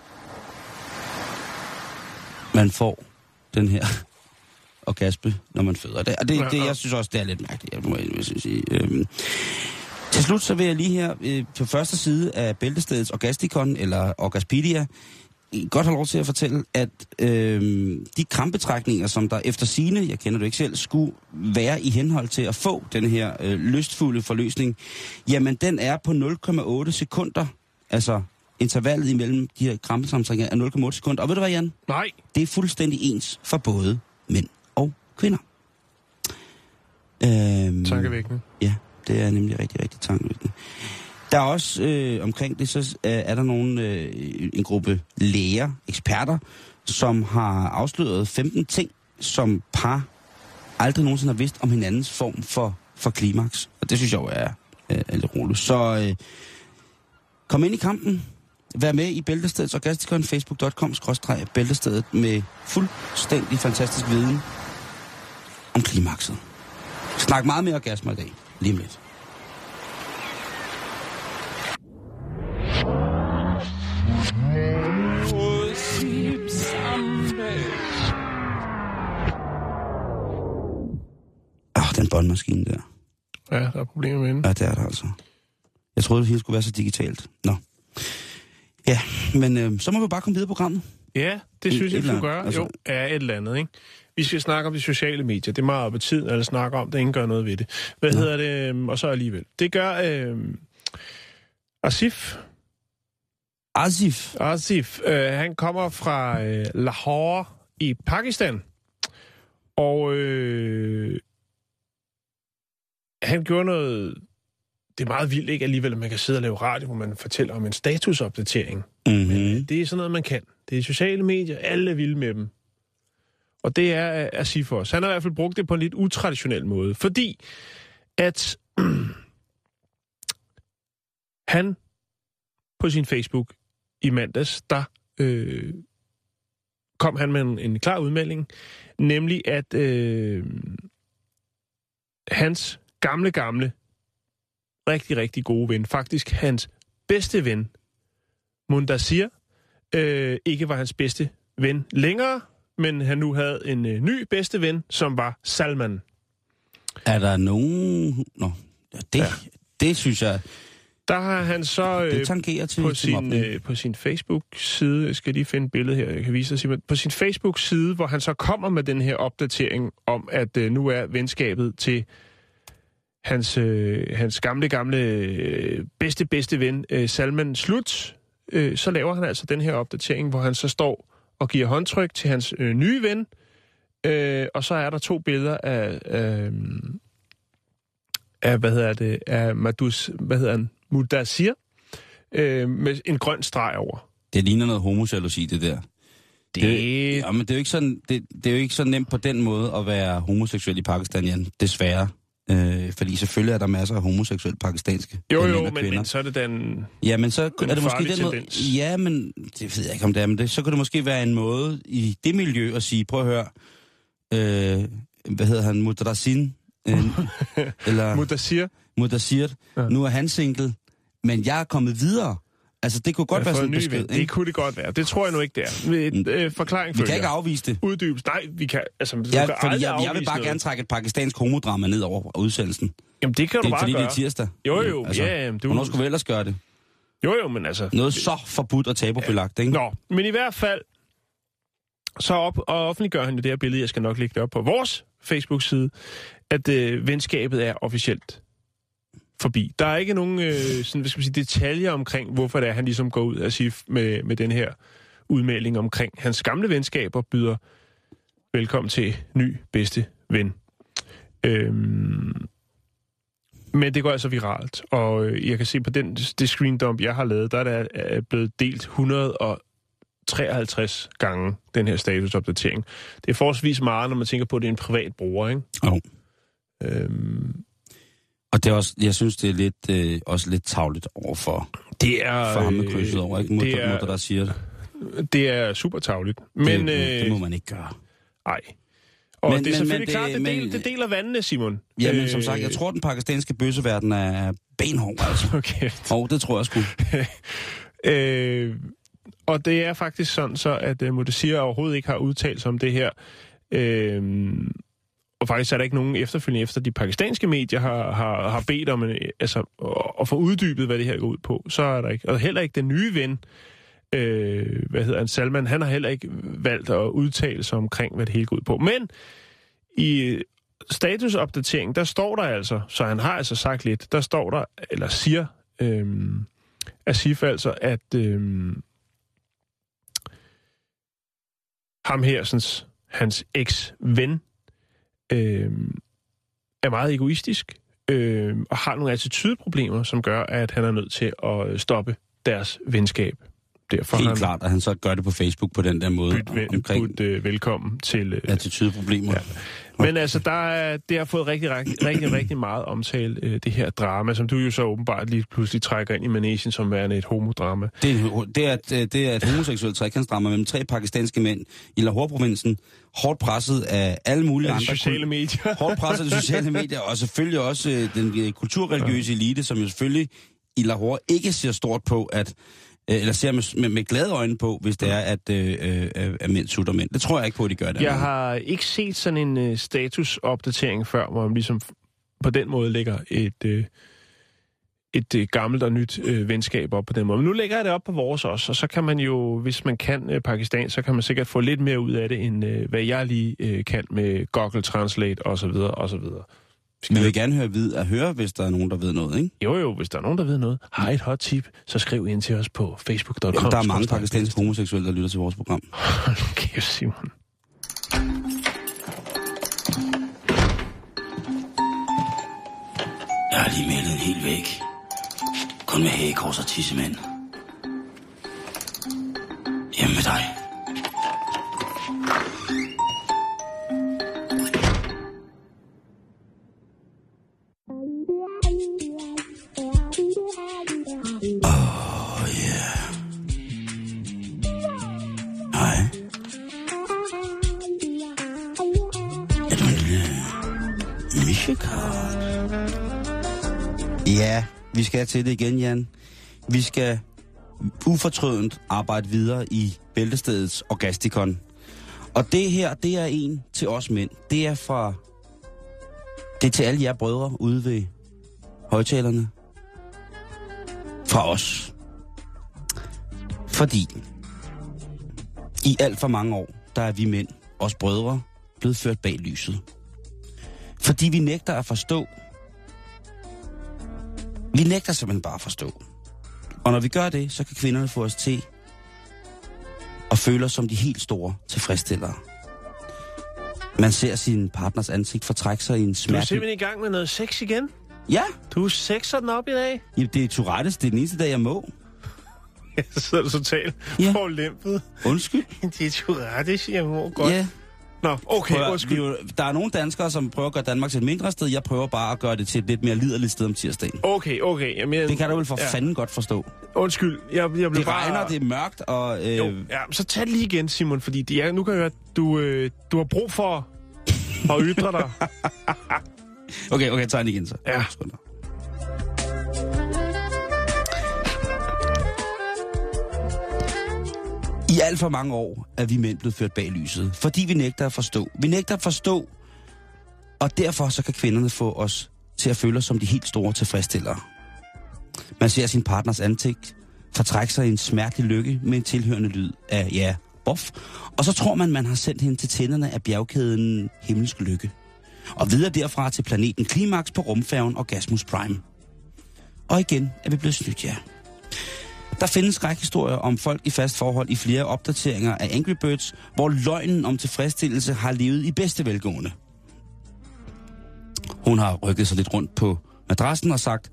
Speaker 5: man får den her orgasme, når man føder. Og det, jeg synes også, det er lidt mærkeligt, må jeg sige. Til slut så vil jeg lige her på første side af Bæltestedets Orgastikon, eller Orgaspedia, godt have lov til at fortælle, at de krampetrækninger, som der efter sigende, jeg kender det ikke selv, skulle være i henhold til at få den her lystfulde forløsning, jamen den er på 0,8 sekunder. Altså intervallet imellem de her krampetrækninger er 0,8 sekunder. Og ved du hvad, Jan?
Speaker 6: Nej.
Speaker 5: Det er fuldstændig ens for både mænd og kvinder.
Speaker 6: Tankevækkende.
Speaker 5: Ja, det er nemlig rigtig, rigtig tankevækkende. Der er også omkring det, så er der en gruppe læger, eksperter, som har afsløret 15 ting, som par aldrig nogensinde har vidst om hinandens form for klimaks. Og det synes jeg jo er lidt roligt. Så kom ind i kampen. Vær med i Bæltestedets Orgastikon, facebook.com/bæltestedet med fuldstændig fantastisk viden om klimakset. Snak meget mere orgasmer i dag. Lige med lidt. Den båndmaskine der.
Speaker 6: Ja, der er problemer med den.
Speaker 5: Ja, det er der altså. Jeg troede, det hele skulle være så digitalt. Nå. Ja, men så må vi bare komme videre på programmet.
Speaker 6: Ja, det synes jeg, vi skal gøre.
Speaker 5: Altså,
Speaker 6: jo, er et eller andet, ikke? Vi skal snakke om de sociale medier. Det er meget på tiden, at snakke om det. Ingen gør noget ved det. Hvad hedder det? Og så alligevel. Det gør Asif. Han kommer fra Lahore i Pakistan. Og han gjorde noget. Det er meget vildt, ikke alligevel, at man kan sidde og lave radio, hvor man fortæller om en statusopdatering.
Speaker 5: Mm-hmm.
Speaker 6: Men det er sådan noget, man kan. Det er sociale medier. Alle er vilde med dem. Og det er Asif også. Han har i hvert fald brugt det på en lidt utraditionel måde. Fordi at Han på sin Facebook i mandags, der kom han med en klar udmelding, nemlig at hans gamle, rigtig, rigtig gode ven, faktisk hans bedste ven, Mundasir, ikke var hans bedste ven længere, men han nu havde en ny bedste ven, som var Salman.
Speaker 5: Er der nogen... Nå, det synes jeg...
Speaker 6: Der har han så
Speaker 5: på
Speaker 6: sin Facebook-side, jeg skal lige finde et billede her, jeg kan vise dig, Simon, på sin Facebook-side, hvor han så kommer med den her opdatering om, at nu er venskabet til hans gamle bedste ven, Salman, slut. Så laver han altså den her opdatering, hvor han så står og giver håndtryk til hans nye ven, og så er der 2 billeder af Mundasir, med en grøn streg over.
Speaker 5: Det ligner noget homojalousi, det der. Men det er jo ikke sådan, det er jo ikke så nemt på den måde at være homoseksuel i Pakistan, Jan. Desværre. Fordi selvfølgelig er der masser af homoseksuelle pakistanske
Speaker 6: men så er det den...
Speaker 5: Ja, men så er det måske den måde... Ja, men det ved jeg ikke, om det er, men det, så kunne det måske være en måde i det miljø at sige, prøv at høre, hvad hedder han, Mudrasin? Eller Mundasir. Ja. Nu er han single, men jeg er kommet videre. Altså, det kunne godt være sådan en besked.
Speaker 6: Det kunne det godt være. Det tror jeg nu ikke, det er. Forklaring følger.
Speaker 5: Vi kan ikke afvise det.
Speaker 6: Uddybelse. Nej, vi kan... Altså,
Speaker 5: jeg vil bare gerne trække et pakistansk homodrama ned over udsendelsen.
Speaker 6: Jamen, det kan du bare gøre.
Speaker 5: Fordi det er tirsdag.
Speaker 6: Jo,
Speaker 5: altså,
Speaker 6: ja.
Speaker 5: Hvornår skulle vi ellers gøre det?
Speaker 6: Jo, men altså...
Speaker 5: Noget så forbudt og tabubelagt, ikke?
Speaker 6: Nå, men i hvert fald... Så offentliggør han jo det her billede, jeg skal nok lægge det op på vores Facebook-side, at venskabet er officielt forbi. Der er ikke nogen detaljer omkring, hvorfor det er, han ligesom går ud og siger med den her udmelding omkring hans gamle venskaber, byder velkommen til ny bedste ven. Men det går altså viralt, og jeg kan se på det screendump, jeg har lavet, der er blevet delt 153 gange, den her statusopdatering. Det er forholdsvis meget, når man tænker på, at det er en privat bruger, ikke?
Speaker 5: Jo. Og det er også, jeg synes, det er lidt, også lidt tarveligt overfor ham med krydset over, ikke? Mutter, der siger det.
Speaker 6: Det er super tarveligt. Men
Speaker 5: det må man ikke gøre.
Speaker 6: Nej. Og det er selvfølgelig klart, det deler vandene, Simon.
Speaker 5: Ja, men som sagt, jeg tror, den pakistanske bøsseverden er benhård, altså.
Speaker 6: Okay.
Speaker 5: Det tror jeg sgu.
Speaker 6: Og det er faktisk sådan så, at Mundasir overhovedet ikke har udtalt sig om det her. Og faktisk er der ikke nogen efterfølgende efter de pakistanske medier har bedt om at få uddybet, hvad det her går ud på. Så er der ikke. Og heller ikke den nye ven, Salman, han har heller ikke valgt at udtale sig omkring, hvad det hele går ud på. Men i statusopdateringen, der står der altså, så han har altså sagt lidt, der står der, eller siger Asif altså, at ham her, sådan, hans eks-ven, er meget egoistisk og har nogle attitudeproblemer, som gør, at han er nødt til at stoppe deres venskab. Derfor
Speaker 5: helt klart, at han så gør det på Facebook på den der måde.
Speaker 6: Velkommen til...
Speaker 5: attitudeproblemer. Ja.
Speaker 6: Men altså, det har fået rigtig meget omtale, det her drama, som du jo så åbenbart lige pludselig trækker ind i manesien som værende et homodrama.
Speaker 5: Det er et homoseksuelt trekantsdrama mellem 3 pakistanske mænd i Lahore-provinsen, hårdt presset af alle mulige andre...
Speaker 6: sociale medier.
Speaker 5: Hårdt presset af de sociale medier, og selvfølgelig også den kulturreligiøse elite, som jo selvfølgelig i Lahore ikke ser stort på, at eller ser med glade øjne på, hvis det er, at mænd sutter mænd. Det tror jeg ikke på, at de gør det.
Speaker 6: Jeg har ikke set sådan en statusopdatering før, hvor man ligesom på den måde lægger et gammelt og nyt venskab op på den måde. Men nu lægger jeg det op på vores også, og så kan man jo, hvis man kan Pakistan, så kan man sikkert få lidt mere ud af det, end hvad jeg lige kan med Google Translate osv. osv.
Speaker 5: Men jeg vil gerne høre, hvis der er nogen, der ved noget, ikke?
Speaker 6: Jo, hvis der er nogen, der ved noget. Har et hot tip, så skriv ind til os på facebook.com.
Speaker 5: Jamen, der er mange pakistanske homoseksuelle, der lytter til vores program.
Speaker 6: Okay, Simon.
Speaker 5: Jeg har lige malet en hel væg. Kun med hagekors og tissemænd. Hjemme med dig. Er du en lille michekart? Ja, vi skal til det igen, Jan. Vi skal ufortrødent arbejde videre i Bæltestedets Orgastikon. Og det her, det er en til os mænd. Det er til alle jer brødre ude ved højtalerne. Fra os. Fordi i alt for mange år, der er vi mænd, os brødre, blevet ført bag lyset. Fordi vi nægter at forstå. Vi nægter simpelthen bare at forstå. Og når vi gør det, så kan kvinderne få os til at føle os som de helt store tilfredsstillere. Man ser sin partners ansigt fortrække sig i en smerte.
Speaker 6: Du er simpelthen i gang med noget sex igen?
Speaker 5: Ja.
Speaker 6: Du sexer den op i dag?
Speaker 5: Jamen, det er Tourettes. Det er den eneste dag, jeg må.
Speaker 6: Ja, så sidder du totalt forlæmpet.
Speaker 5: Undskyld.
Speaker 6: Det er Tourettes, jeg må godt.
Speaker 5: Ja.
Speaker 6: Nå, okay, undskyld.
Speaker 5: Der er nogle danskere, som prøver at gøre Danmark til et mindre sted. Jeg prøver bare at gøre det til et lidt mere liderligt sted om tirsdagen.
Speaker 6: Okay. Jamen,
Speaker 5: det kan du vel for fanden godt forstå.
Speaker 6: Undskyld, jeg blev
Speaker 5: det
Speaker 6: bare...
Speaker 5: regner, det er mørkt, og...
Speaker 6: så tag det lige igen, Simon, fordi nu kan jeg høre, at du har brug for at ytre dig.
Speaker 5: Okay, tag den igen så.
Speaker 6: Ja.
Speaker 5: I alt for mange år er vi mænd blevet ført bag lyset, fordi vi nægter at forstå. Vi nægter at forstå, og derfor så kan kvinderne få os til at føle os som de helt store tilfredsstillere. Man ser sin partners ansigt fortrække sig i en smertelig lykke med en tilhørende lyd af, bof. Og så tror man har sendt hende til tænderne af bjergkæden Himmelsk Lykke. Og videre derfra til planeten Klimaks på rumfærgen Orgasmus Prime. Og igen er vi blevet snydt, ja. Der findes skrækhistorier om folk i fast forhold i flere opdateringer af Angry Birds, hvor løgnen om tilfredsstillelse har levet i bedste velgående. Hun har rykket sig lidt rundt på madrassen og sagt,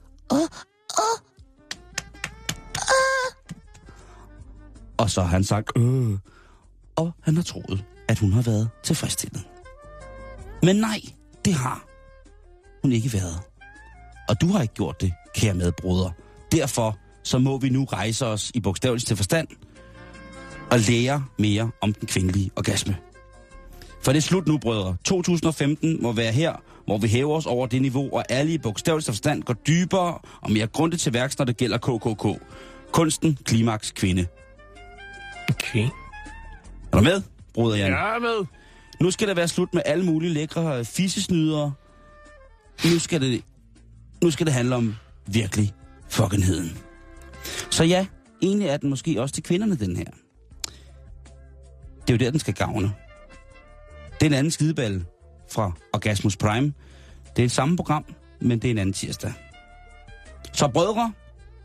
Speaker 5: og så har han sagt, og han har troet, at hun har været tilfredsstillet. Men nej, det har hun ikke været. Og du har ikke gjort det, kære medbroder. Derfor så må vi nu rejse os i bogstaveligste forstand og lære mere om den kvindelige orgasme. For det er slut nu, brødre. 2015 må være her, hvor vi hæver os over det niveau, og alle i bogstaveligste forstand går dybere og mere grundigt til værks, når det gælder KKK. Kunsten, klimaks, kvinde.
Speaker 6: Okay.
Speaker 5: Er du med, broder Jan?
Speaker 6: Jeg er med.
Speaker 5: Nu skal det være slut med alle mulige lækre fissesnydere. Nu skal det handle om virkelig fuckingheden. Så ja, egentlig er den måske også til kvinderne, den her. Det er jo der, den skal gavne. Det er en anden skideballe fra Orgasmus Prime. Det er et samme program, men det er en anden tirsdag. Så brødre,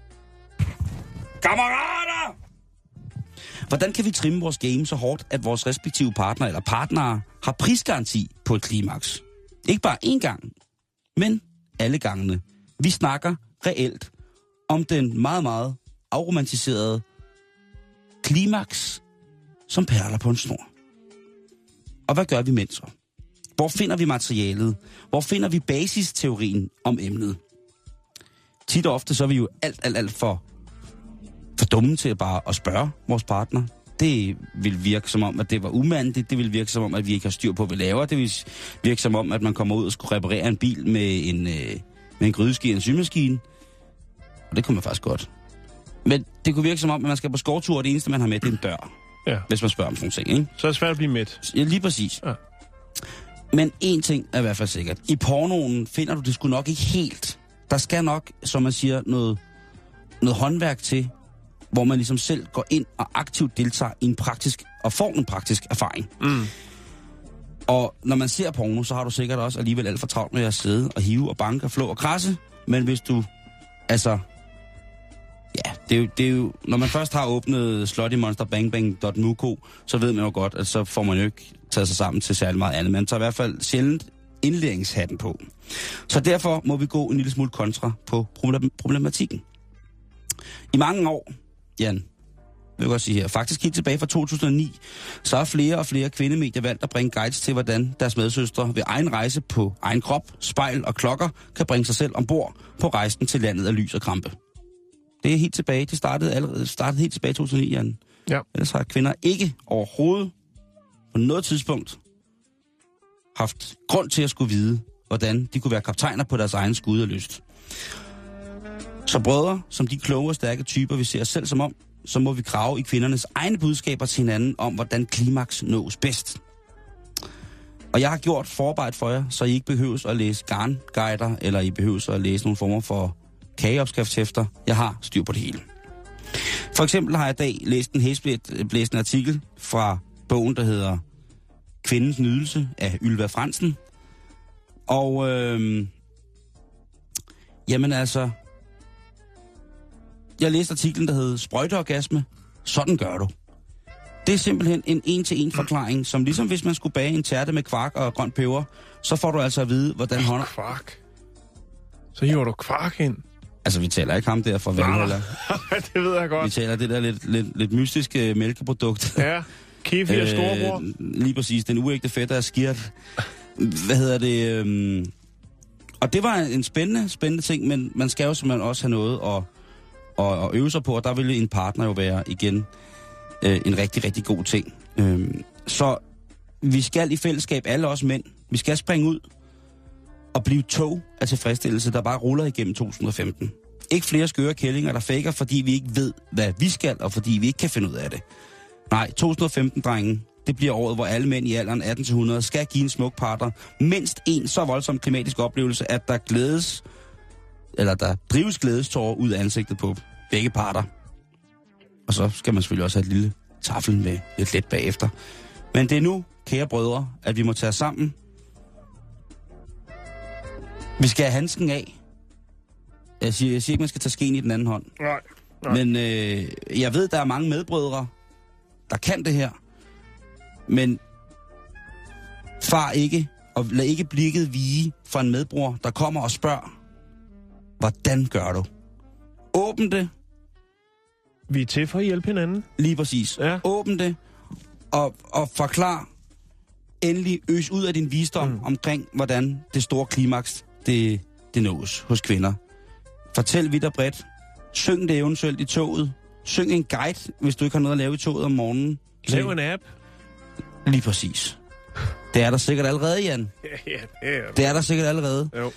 Speaker 5: kammerater! Hvordan kan vi trimme vores game så hårdt, at vores respektive partner eller partnere har prisgaranti på et klimaks? Ikke bare én gang, men alle gangene. Vi snakker reelt om den meget, meget afromantiserede klimaks, som perler på en snor. Og hvad gør vi mænd så? Hvor finder vi materialet? Hvor finder vi basisteorien om emnet? Tit og ofte så er vi jo alt for dumme til bare at spørge vores partner. Det vil virke som om, at det var umandigt. Det vil virke som om, at vi ikke har styr på, hvad vi laver. Det vil virke som om, at man kommer ud og skulle reparere en bil med en grydeski og en symaskine. Og det kunne man faktisk godt. Men det kunne virke som om, at man skal på skovtur, og det eneste, man har med, det er en dør. Ja. Hvis man spørger om sådan ting, ikke?
Speaker 6: Så er det svært at blive mæt.
Speaker 5: Ja, lige præcis. Ja. Men én ting er i hvert fald sikkert. I pornoen finder du det sgu nok ikke helt. Der skal nok, som man siger, noget håndværk til, hvor man ligesom selv går ind og aktivt deltager i en praktisk, og får en praktisk erfaring. Mm. Og når man ser porno, så har du sikkert også alligevel alt for travlt med at sidde og hive og banke og flå og krasse. Men hvis du, altså... Ja, det er jo, når man først har åbnet sluttymonsterbangbang.muko, så ved man jo godt, at så får man jo ikke taget sig sammen til særlig meget andet. Man tager i hvert fald sjældent indlæringshatten på. Så derfor må vi gå en lille smule kontra på problematikken. I mange år, Jan, vil jeg godt sige her, faktisk helt tilbage fra 2009, så har flere og flere kvindemedier valgt at bringe guides til, hvordan deres medsøstre ved egen rejse på egen krop, spejl og klokker kan bringe sig selv ombord på rejsen til landet af lys og krampe. Det er helt tilbage. Det startede helt tilbage i 2009, Jan.
Speaker 6: Ja.
Speaker 5: Ellers har kvinder ikke overhovedet på noget tidspunkt haft grund til at skulle vide, hvordan de kunne være kaptajner på deres egen skud og lyst. Så brødre, som de kloge og stærke typer, vi ser os selv som om, så må vi grave i kvindernes egne budskaber til hinanden om, hvordan klimaks nås bedst. Og jeg har gjort forarbejde for jer, så I ikke behøves at læse garnguider, eller I behøves at læse nogle former for kageopskriftshæfter. Jeg har styr på det hele. For eksempel har jeg i dag læst en hæsblæsende artikel fra bogen, der hedder Kvindens nydelse af Ylva Fransen. Og jamen altså, jeg læste artiklen, der hedder Sprøjteorgasme. Sådan gør du. Det er simpelthen en en-til-en forklaring, som ligesom hvis man skulle bage en tærte med kvark og grønt peber, så får du altså at vide, hvordan hånder...
Speaker 6: Kvark? Så hiver du kvark ind?
Speaker 5: Altså, vi taler ikke ham der fra Valhalla.
Speaker 6: Det ved jeg godt.
Speaker 5: Vi taler det der lidt mystiske mælkeprodukt.
Speaker 6: Ja, kefir storebror.
Speaker 5: Lige præcis, den uægte fætter er skirt. Hvad hedder det? Og det var en spændende ting, men man skal jo simpelthen også have noget at øve sig på, og der ville en partner jo være igen en rigtig, rigtig god ting. Så vi skal i fællesskab, alle os mænd, vi skal springe ud og blive tog af tilfredsstillelse, der bare ruller igennem 2015. Ikke flere skøre kællinger, der faker, fordi vi ikke ved, hvad vi skal, og fordi vi ikke kan finde ud af det. Nej, 2015-drengen, det bliver året, hvor alle mænd i alderen 18-100 skal give en smuk partner mindst en så voldsom klimatisk oplevelse, at der drives glædestårer ud af ansigtet på begge parter. Og så skal man selvfølgelig også have et lille taffel med lidt let bagefter. Men det er nu, kære brødre, at vi må tage sammen. Vi skal have handsken af. Jeg siger ikke, man skal tage skeen i den anden hånd.
Speaker 6: Nej.
Speaker 5: Men jeg ved, der er mange medbrødre, der kan det her. Men far ikke, og lad ikke blikket vige for en medbror, der kommer og spørger, hvordan gør du? Åbn det.
Speaker 6: Vi er til for at hjælpe hinanden.
Speaker 5: Lige præcis. Ja. Åbn det, og forklar endelig øs ud af din visdom omkring, hvordan det store klimaks, det nås hos kvinder. Fortæl vidt og bredt. Syng det eventuelt i toget. Syng en guide, hvis du ikke har noget at lave i toget om morgenen.
Speaker 6: Lav en app.
Speaker 5: Lige præcis. Det er der sikkert allerede, Jan.
Speaker 6: Ja.
Speaker 5: Det er der sikkert allerede.
Speaker 6: Jo.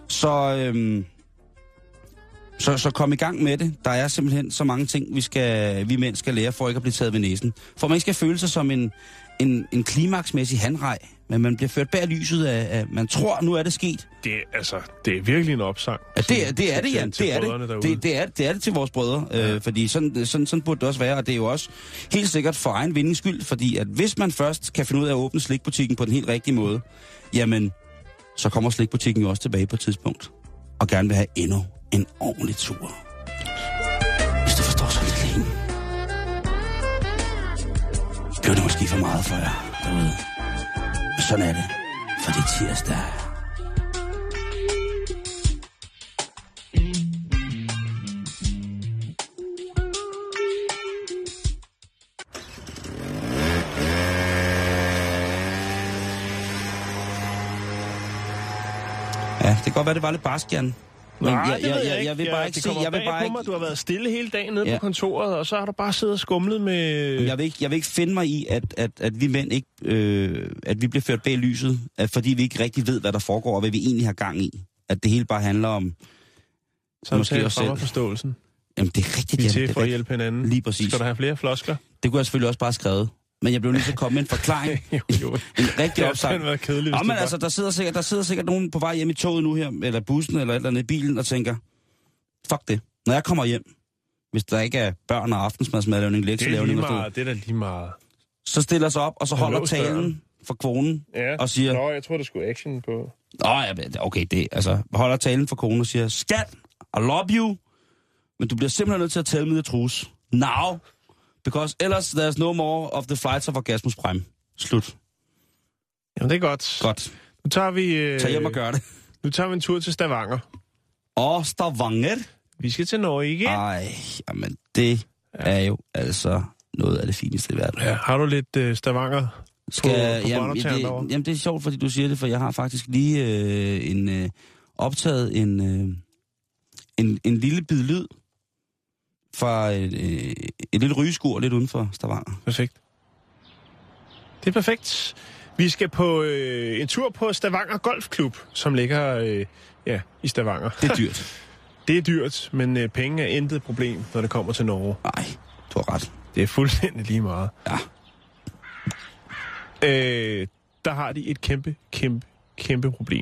Speaker 5: Så kom i gang med det. Der er simpelthen så mange ting, vi mænd skal lære, for ikke at blive taget ved næsen. For man ikke skal føle sig som en klimaksmæssig handrej, men man bliver ført bag lyset af man tror, nu er det sket.
Speaker 6: Det er virkelig en opsang.
Speaker 5: Ja, det er det, Jan. Det er det til vores brødre, ja. Fordi sådan burde det også være, og det er jo også helt sikkert for egen vindings skyld, fordi at hvis man først kan finde ud af at åbne slikbutikken på den helt rigtige måde, jamen, så kommer slikbutikken jo også tilbage på et tidspunkt, og gerne vil have endnu en ordentlig tur. Hvis du forstår så lidt længe. Gør det måske for meget for jer derude. Men sådan er det, for det er tirsdag. Ja, det kan godt være, det var lidt barsk, Jan. Men jeg vil bare ikke se...
Speaker 6: Du har været stille hele dagen nede på kontoret, og så har du bare siddet og skumlet med...
Speaker 5: Jeg vil ikke finde mig i, at vi mænd ikke... at vi bliver ført bag lyset, fordi vi ikke rigtig ved, hvad der foregår, og hvad vi egentlig har gang i. At det hele bare handler om...
Speaker 6: Samtale frem forståelsen.
Speaker 5: Jamen, det er rigtigt,
Speaker 6: vi er til for at hjælpe hinanden.
Speaker 5: Lige præcis.
Speaker 6: Skal der have flere floskler?
Speaker 5: Det kunne jeg selvfølgelig også bare skrevet. Men jeg blev nødt til at komme med en forklaring.
Speaker 6: jo.
Speaker 5: En rigtig opsang.
Speaker 6: Det havde kedeligt,
Speaker 5: men altså, der sidder sikkert nogen på vej hjem i toget nu her, eller bussen, eller et eller andet i bilen, og tænker, fuck det. Når jeg kommer hjem, hvis der ikke er børn og aftensmadsmadlavning, lektielavning og sådan.
Speaker 6: Det er da lige meget.
Speaker 5: Så stiller sig op, og så holder talen for konen, og siger...
Speaker 6: Nå, jeg tror, der skulle action på.
Speaker 5: Nå, ja, okay, det altså... Holder talen for konen og siger, skat, I love you, men du bliver simpelthen nødt til at tale med dit trus. Now! Because ellers there's no more of the flights of Orgasmus Prime. Slut.
Speaker 6: Jamen, det er godt.
Speaker 5: Godt.
Speaker 6: Nu tager vi...
Speaker 5: Tag hjem og gør det.
Speaker 6: Nu tager vi en tur til Stavanger.
Speaker 5: Stavanger?
Speaker 6: Vi skal til Norge igen.
Speaker 5: Ej, jamen det er jo altså noget af det fineste i verden.
Speaker 6: Ja, har du lidt Stavanger på
Speaker 5: jamen, det er sjovt, fordi du siger det, for jeg har faktisk lige optaget en lille bid lyd fra et lille rygeskur lidt uden for Stavanger.
Speaker 6: Perfekt. Det er perfekt. Vi skal på en tur på Stavanger Golfklub, som ligger i Stavanger.
Speaker 5: Det er dyrt.
Speaker 6: Det er dyrt, men penge er intet problem, når det kommer til Norge.
Speaker 5: Nej, du har ret.
Speaker 6: Det er fuldstændig lige meget.
Speaker 5: Ja.
Speaker 6: Der har de et kæmpe problem.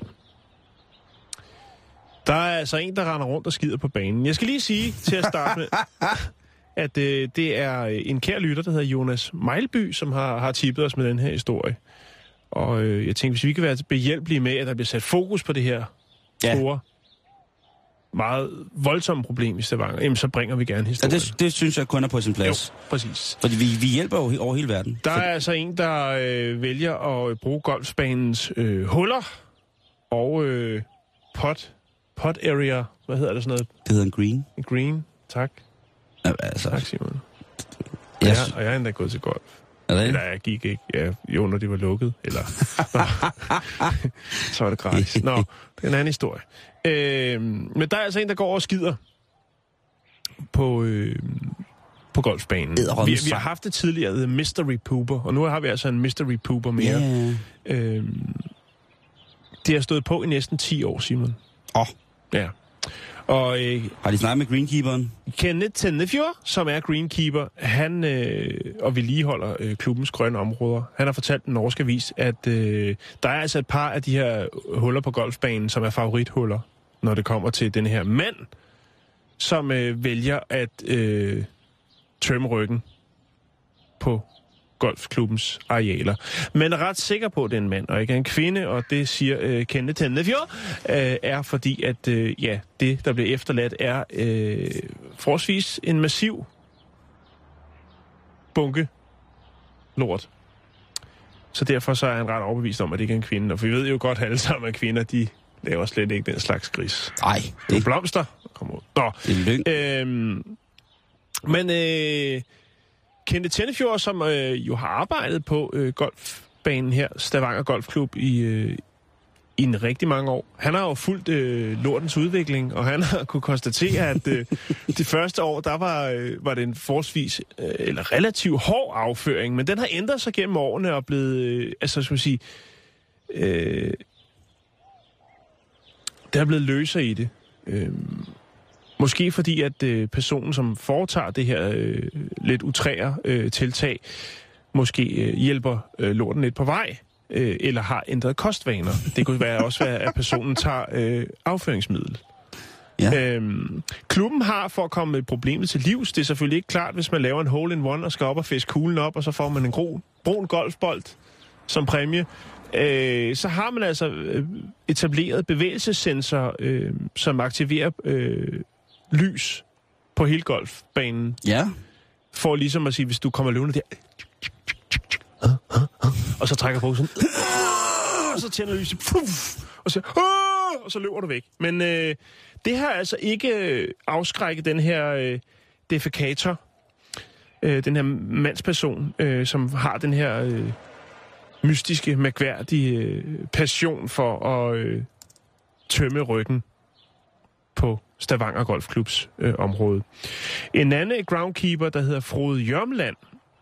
Speaker 6: Der er altså en, der render rundt og skider på banen. Jeg skal lige sige til at starte med, at det er en kær lytter, der hedder Jonas Mejlby, som har tippet os med den her historie. Og jeg tænker, hvis vi kan være behjælpelige med, at der bliver sat fokus på det her store, meget voldsomme problem i Stavanger, jamen så bringer vi gerne historien.
Speaker 5: Ja, det synes jeg kun er på sin plads.
Speaker 6: Jo, præcis.
Speaker 5: Fordi vi hjælper jo over hele verden.
Speaker 6: Der er altså en, der vælger at bruge golfbanens huller og pot area. Hvad hedder det sådan noget?
Speaker 5: Det hedder en green.
Speaker 6: En green, tak.
Speaker 5: Ja, altså.
Speaker 6: Tak, Simon.
Speaker 5: Yes.
Speaker 6: Og jeg er endda gået til golf.
Speaker 5: Er det?
Speaker 6: Eller jeg gik ikke. Ja, jo, når det var lukket. Eller så var det gratis. Nå, det er en anden historie. Men der er altså en, der går og skider på golfbanen. Vi har haft det tidligere, The Mystery Pooper, og nu har vi altså en Mystery Pooper mere. Yeah. Det har stået på i næsten 10 år, Simon. Ja. Og,
Speaker 5: har de snakket med greenkeeperen?
Speaker 6: Kenneth Tennefjord, som er greenkeeper, han og vedligeholder klubbens grønne områder. Han har fortalt den norske avis, at der er altså et par af de her huller på golfbanen, som er favorithuller, når det kommer til den her mand, som vælger at tømme ryggen på golfklubbens arealer. Men er ret sikker på, at det er en mand og ikke en kvinde, og det siger Kenneth Tennefjord, er fordi, at det, der bliver efterladt, er forholdsvis en massiv bunke lort. Så derfor så er han ret overbevist om, at det ikke er en kvinde. Og for vi ved jo godt alle sammen, at kvinder, de laver slet ikke den slags gris.
Speaker 5: Nej.
Speaker 6: Det er blomster. Kom ud. Nå.
Speaker 5: Det er
Speaker 6: men Kenneth Tennefjord, som jo har arbejdet på golfbanen her, Stavanger Golfklub, i en rigtig mange år. Han har jo fulgt lortens udvikling, og han har kunne konstatere, at det første år, der var det en forholdsvis, eller relativt hård afføring, men den har ændret sig gennem årene og blevet, der er blevet løser i det. Måske fordi, at personen, som foretager det her lidt utrære tiltag, måske hjælper lorten lidt på vej, eller har ændret kostvaner. Det kunne også være, at personen tager afføringsmiddel. Ja. Klubben har, for at komme med problemet til livs, det er selvfølgelig ikke klart, hvis man laver en hole-in-one og skal op og fiske kuglen op, og så får man en brun golfbold som præmie. Så har man altså etableret bevægelsessensor, som aktiverer lys på hele golfbanen.
Speaker 5: Ja.
Speaker 6: For ligesom at sige, hvis du kommer løbende der, og så trækker på sådan, og så tænder lyset, og så løber du væk. Men det har altså ikke afskrækket den her defekator, den her mandsperson, som har den her mystiske, mærkværdige passion for at tømme ryggen på Stavanger Golfklubs område. En anden groundkeeper, der hedder Frode Jørmland,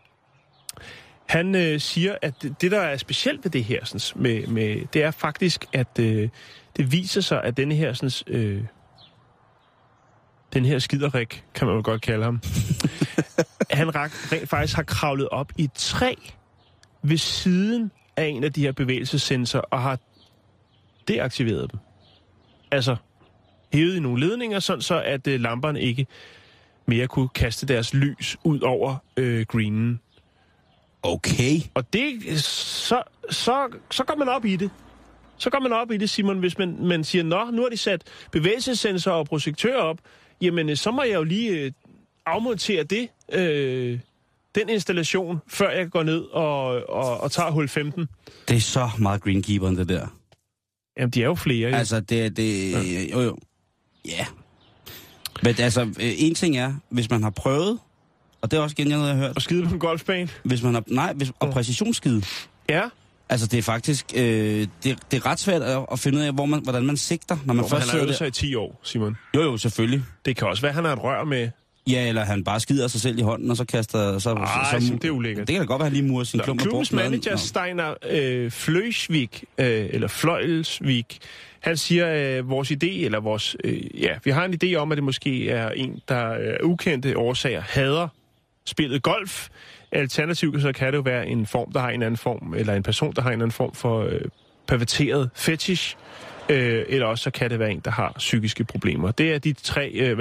Speaker 6: han siger, at det, der er specielt ved det her, sådan, det er faktisk, at det viser sig, at denne her, sådan, den her skiderik, kan man jo godt kalde ham, han rent faktisk har kravlet op i et træ ved siden af en af de her bevægelsessensorer og har deaktiveret dem. Altså hævet i nogle ledninger, sådan så at lamperne ikke mere kunne kaste deres lys ud over greenen.
Speaker 5: Okay.
Speaker 6: Og det, så går man op i det. Så går man op i det, Simon, hvis man siger, nu har de sat bevægelsessensorer og projektører op, jamen så må jeg jo lige afmontere det, den installation, før jeg går ned og tager hul 15.
Speaker 5: Det er så meget greenkeeperen, det der.
Speaker 6: Jamen, de er jo flere. Jo.
Speaker 5: Altså, jo. Ja. Men altså, en ting er, hvis man har prøvet, og det er også igen, jeg har hørt.
Speaker 6: Og skide på en golfbane?
Speaker 5: Hvis man har, og præcisionsskide.
Speaker 6: Ja.
Speaker 5: Altså, det er faktisk, det er ret svært at finde ud af, hvordan man sigter, når man først
Speaker 6: sidder der. Han har øvet sig i 10 år, Simon.
Speaker 5: Jo, selvfølgelig.
Speaker 6: Det kan også være, at han har et rør med
Speaker 5: Ja, eller han bare skider sig selv i hånden, og så kaster... Så
Speaker 6: det er ulækkert.
Speaker 5: Det kan da godt være, at han lige murer sin klump.
Speaker 6: Klubbens manager, Steiner Fløjsvik, eller Fløjelsvik, han siger, vores idé, eller vores... vi har en idé om, at det måske er en, der er ukendte årsager hader spillet golf. Alternativt så kan det jo være en form, der har en anden form, eller en person, der har en anden form for perverteret fetish, eller også så kan det være en, der har psykiske problemer. Det er de tre,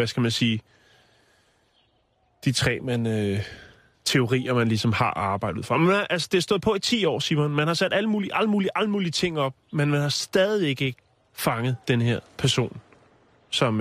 Speaker 6: teorier, man ligesom har arbejdet for. Men altså, det er stået på i 10 år, Simon. Man har sat alle mulige ting op, men man har stadig ikke fanget den her person, som,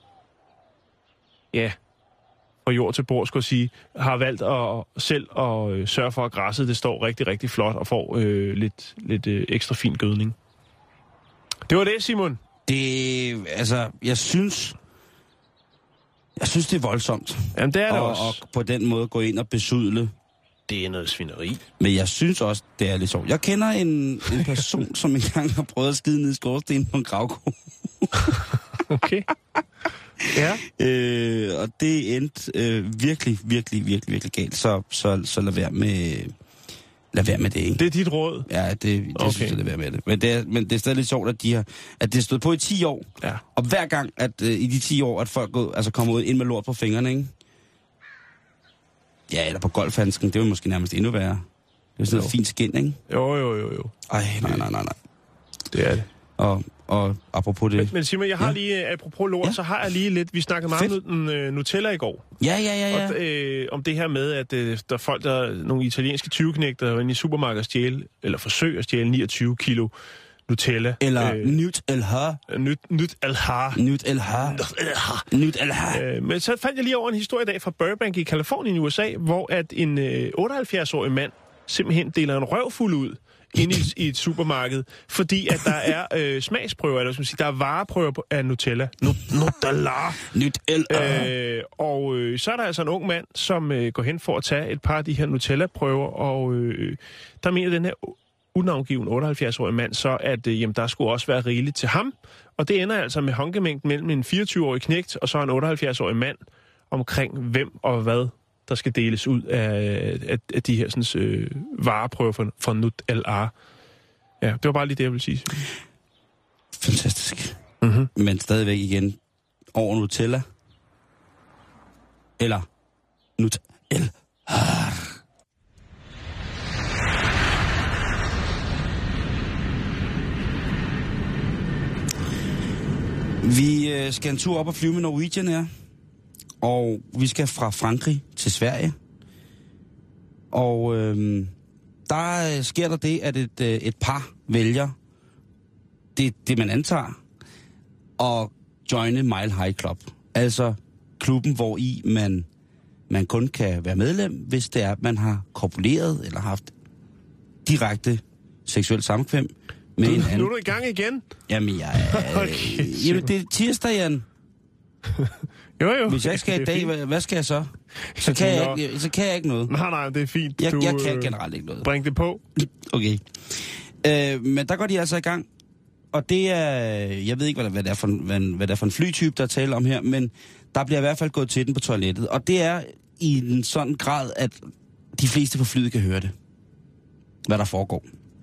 Speaker 6: fra jord til bord, skulle jeg sige, har valgt selv at sørge for, at græsset det står rigtig, rigtig flot og får lidt ekstra fin gødning. Det var det, Simon.
Speaker 5: Jeg synes, det er voldsomt.
Speaker 6: Jamen, det er det også.
Speaker 5: Og på den måde gå ind og besudle.
Speaker 6: Det er noget svineri.
Speaker 5: Men jeg synes også, det er lidt sjovt. Jeg kender en person, som engang har prøvet at skide ned i skorstenen på en gravko.
Speaker 6: Okay. Ja.
Speaker 5: Og det endte virkelig galt. Så lad være med det, ikke?
Speaker 6: Det er dit råd?
Speaker 5: Ja, det okay. Synes jeg, lad være med det. Men det er stadig lidt sjovt, at det er stået på i 10 år.
Speaker 6: Ja.
Speaker 5: Og hver gang, at i de 10 år, at folk kommer ud ind med lort på fingrene, ikke? Ja, eller på golfhandsken, det var måske nærmest endnu værre. Det er sådan noget fint skin, ikke?
Speaker 6: Jo.
Speaker 5: Ej, nej.
Speaker 6: Det er det.
Speaker 5: Og apropos det...
Speaker 6: Men Simon, jeg har lige, apropos lort, så har jeg lige lidt... Vi snakkede meget om Nutella i går.
Speaker 5: Ja.
Speaker 6: Og, om det her med, at der er folk, nogle italienske 20-knægter, der var inde i supermarkedet stjæle, eller forsøger at stjæle 29 kilo Nutella.
Speaker 5: Eller Nyt
Speaker 6: Elhar. Men så fandt jeg lige over en historie i dag fra Burbank i Californien i USA, hvor at en 78-årig mand simpelthen deler en røvfuld ud inde i et supermarked, fordi at der er smagsprøver, eller skal man sige, der er vareprøver af Nutella. Og så er der altså en ung mand, som går hen for at tage et par af de her Nutella-prøver, og der mener den her unavngiven 78-årige mand så, at der skulle også være rigeligt til ham, og det ender altså med håndgemængden mellem en 24-årig knægt og så en 78-årig mand omkring hvem og hvad der skal deles ud af de her sådan, vareprøver fra Nutella. Ja, det var bare lige det, jeg ville sige.
Speaker 5: Fantastisk. Men stadigvæk igen over Nutella. Eller Nutella. Vi skal en tur op og flyve med Norwegian her. Og vi skal fra Frankrig til Sverige. Og der sker der det, at et par vælger, det man antager, at joine Mile High Club. Altså klubben, hvor i man kun kan være medlem, hvis det er, at man har korpuleret eller haft direkte seksuelt samkvem med en anden.
Speaker 6: Nu er du i gang igen?
Speaker 5: Jamen, jamen det er tirsdag, Jan.
Speaker 6: Jo.
Speaker 5: Hvis jeg ikke skal i dag, hvad skal jeg så? Så kan jeg ikke noget.
Speaker 6: Nej, det er fint.
Speaker 5: Jeg kan generelt ikke noget.
Speaker 6: Bring det på.
Speaker 5: Okay. Men der går de altså i gang. Og det er... Jeg ved ikke, hvad det er for en flytype, der taler om her, men der bliver i hvert fald gået til den på toilettet. Og det er i en sådan grad, at de fleste på flyet kan høre det. Hvad der foregår.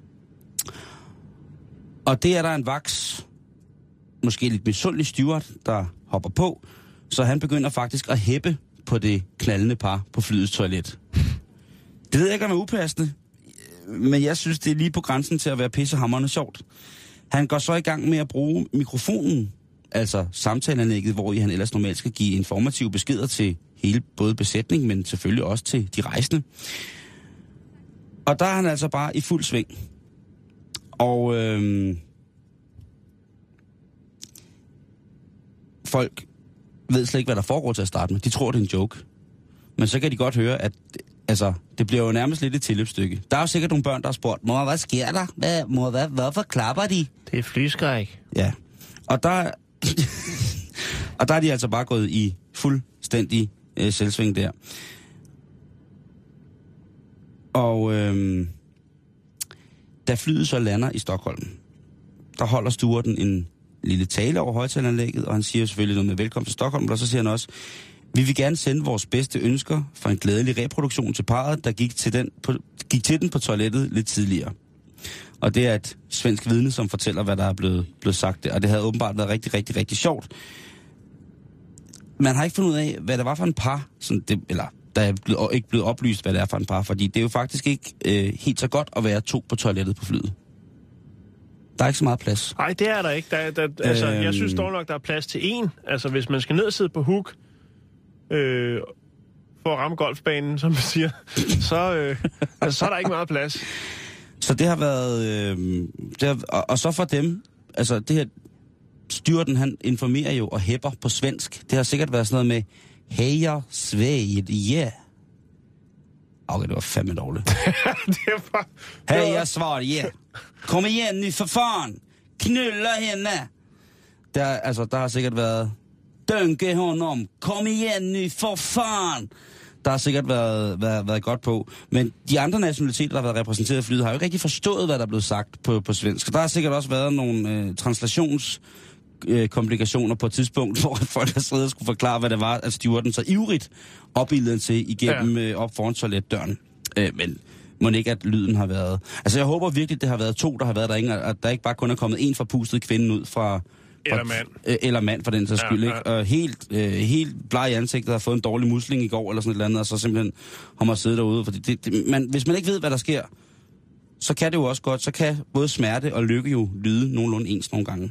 Speaker 5: Og det er der en vaks, måske lidt misundelig steward, der hopper på, så han begynder faktisk at hæppe på det knaldende par på flyets toilet. Det ved jeg ikke, om det er upassende, men jeg synes, det er lige på grænsen til at være pissehamrende sjovt. Han går så i gang med at bruge mikrofonen, altså samtaleanlægget, hvor han ellers normalt skal give informative beskeder til hele både besætning, men selvfølgelig også til de rejsende. Og der er han altså bare i fuld sving. Og folk ved slet ikke, hvad der foregår til at starte med. De tror, det er en joke. Men så kan de godt høre, at det bliver jo nærmest lidt et tilløbsstykke. Der er jo sikkert nogle børn, der har spurgt, mor, hvad sker der? Hvorfor klapper de?
Speaker 6: Det er flyskræk.
Speaker 5: Ja. Og der er de altså bare gået i fuldstændig selvsving der. Og da flyet så lander i Stockholm, der holder stewarden en lille tale over højtaleranlægget, og han siger selvfølgelig noget med velkommen til Stockholm, og så siger han også, Vi vil gerne sende vores bedste ønsker for en glædelig reproduktion til parret, der gik til den på toilettet lidt tidligere. Og det er et svensk vidne, som fortæller, hvad der er blevet sagt der. Og det havde åbenbart været rigtig, rigtig, rigtig sjovt. Man har ikke fundet ud af, hvad det var for en par, eller der er ikke blevet oplyst, hvad det er for en par, fordi det er jo faktisk ikke helt så godt at være 2 på toilettet på flyet. Der er ikke så meget plads.
Speaker 6: Nej, det er der ikke. Altså, jeg synes dog nok, der er plads til 1. Altså, hvis man skal ned og sidde på hook, for at ramme golfbanen, som man siger, så er der ikke meget plads.
Speaker 5: Så det har været... og så for dem, altså det her... Styrten, han informerer jo og hæpper på svensk. Det har sikkert været sådan noget med Heja Sverige. Okay, det var fandme dårligt. Heja Sverige. Kom igen nu for fan. Knulla hende. Der har sikkert været dønke honom. Kom igen nu for fan. Der har sikkert været godt på. Men de andre nationaliteter, der har været repræsenteret i flyet, har jo ikke rigtig forstået, hvad der er blevet sagt på svensk. Der har sikkert også været nogle translationskomplikationer på et tidspunkt, hvor folk der sidder og skulle forklare, hvad det var, at stewarden så ivrigt opildede til igennem op foran toiletdøren. Men må ikke, at lyden har været... Altså, jeg håber virkelig, det har været 2, der har været der, at der ikke bare kun er kommet 1 forpustet kvinde ud fra... Eller mand, for den sags skyld, ikke? Og helt bleg i ansigtet, har fået en dårlig musling i går, eller sådan et eller andet, og så simpelthen har man siddet derude. Fordi hvis man ikke ved, hvad der sker, så kan det jo også godt, så kan både smerte og lykke jo lyde nogenlunde ens nogle gange.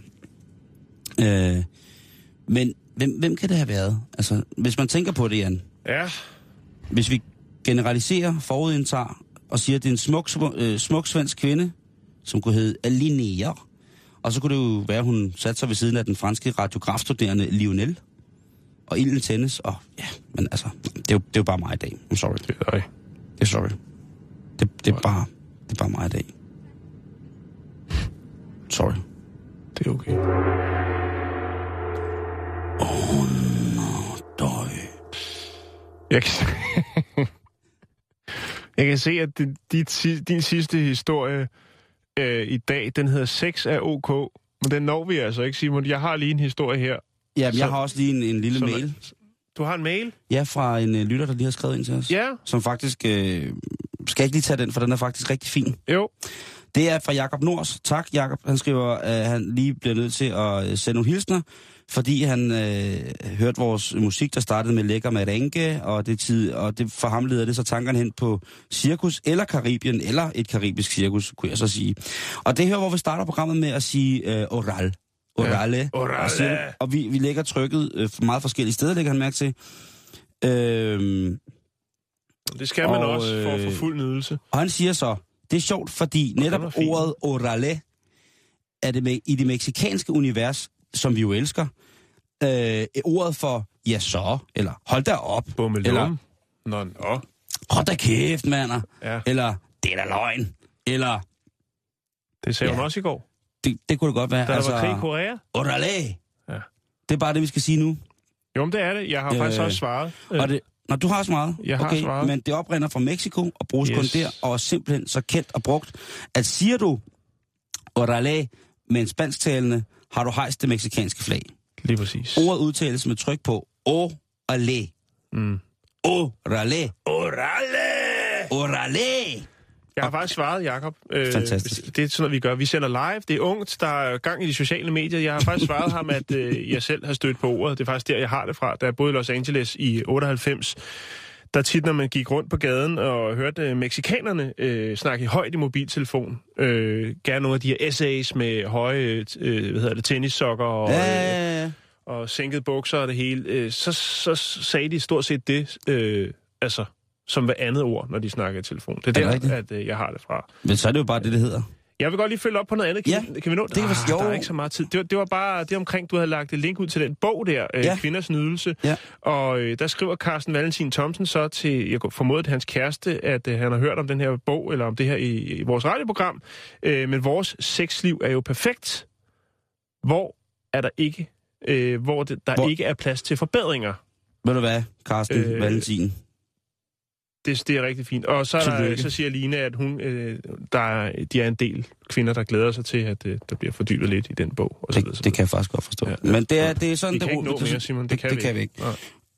Speaker 5: Men hvem kan det have været? Altså, hvis man tænker på det, Jan.
Speaker 6: Ja.
Speaker 5: Hvis vi generaliserer, forudindtager, og siger, at det er en smuk svensk kvinde, som kunne hedde Linnea. Og så kunne det jo være, at hun satte sig ved siden af den franske radiografstuderende Lionel. Og ilden tændes, og ja, men altså, det er jo bare mig i dag. I'm sorry.
Speaker 6: Det er dig.
Speaker 5: Det er sorry. Det er bare mig i dag. Sorry.
Speaker 6: Det er okay.
Speaker 5: Døj.
Speaker 6: Jeg kan se, at din sidste historie i dag, den hedder 6 er OK, men den når vi altså ikke, Simon. Jeg har lige en historie her.
Speaker 5: Ja, jeg har også lige en lille mail.
Speaker 6: Du har en mail?
Speaker 5: Ja, fra en lytter, der lige har skrevet ind til os.
Speaker 6: Ja.
Speaker 5: Som faktisk... skal jeg ikke lige tage den, for den er faktisk rigtig fin.
Speaker 6: Jo.
Speaker 5: Det er fra Jakob Nors. Tak, Jakob. Han skriver, at han lige bliver nødt til at sende nogle hilsner, fordi han hørte vores musik, der startede med Lækker Merengue, og det for ham leder det så tankerne hen på cirkus eller Karibien, eller et karibisk cirkus, kunne jeg så sige. Og det her, hvor vi starter programmet med at sige oral. Orale.
Speaker 6: Ja, orale.
Speaker 5: Og vi lægger trykket meget forskellige steder, lægger han mærke til.
Speaker 6: Det skal man også for at få fuld nydelse.
Speaker 5: Og han siger så, det er sjovt, fordi netop ordet orale er det i det meksikanske univers, som vi jo elsker, ordet for ja så, eller hold da op,
Speaker 6: eller nå.
Speaker 5: Hold da kæft, mander,
Speaker 6: ja.
Speaker 5: Eller det er da løgn, eller...
Speaker 6: Det sagde hun også i går.
Speaker 5: Det kunne det godt være.
Speaker 6: Der var krig i Korea.
Speaker 5: Orale!
Speaker 6: Ja.
Speaker 5: Det er bare det, vi skal sige nu.
Speaker 6: Jo, men det er det. Jeg har faktisk også svaret.
Speaker 5: Nå, du har svaret?
Speaker 6: Jeg har svaret.
Speaker 5: Men det oprinder fra Mexico og bruges kun der, og er simpelthen så kendt og brugt, at siger du orale med en spansktalende, har du hejst det meksikanske flag.
Speaker 6: Lige præcis.
Speaker 5: Ordet udtales med tryk på orale. Orale. Orale. Orale.
Speaker 6: Jeg har faktisk svaret, Jakob.
Speaker 5: Fantastisk.
Speaker 6: Det er sådan noget, vi gør. Vi sender live. Det er ungt, der er gang i de sociale medier. Jeg har faktisk svaret ham, at jeg selv har stødt på ordet. Det er faktisk der, jeg har det fra. Da jeg boede i Los Angeles i 98. Der tit, når man gik rundt på gaden og hørte mexikanerne snakke højt i mobiltelefon. Gerne nogle af de her essays med høje tennissokker og sænkede bukser og det hele. Så sagde de stort set det, som hver andet ord, når de snakker i telefon. Det er der, at jeg har det fra.
Speaker 5: Men så er det jo bare det hedder.
Speaker 6: Jeg vil godt lige følge op på noget andet. Kan vi nå det? Der er ikke så meget tid. Det var bare det omkring, du havde lagt et link ud til den bog der, Kvinders Nydelse. Ja. Og der skriver Carsten Valentin Thomsen så til, jeg formoder det hans kæreste, at han har hørt om den her bog, eller om det her i vores radioprogram. Men vores sexliv er jo perfekt. Hvor er der ikke, ikke er plads til forbedringer.
Speaker 5: Ved du hvad, Carsten Valentin?
Speaker 6: Det er rigtig fint. Og så siger Line, at de er en del kvinder, der glæder sig til, at der bliver fordybet lidt i den bog. Og
Speaker 5: det kan jeg faktisk godt forstå. Ja. Men det er sådan,
Speaker 6: det kan ikke nå mere, Simon. Det kan vi ikke.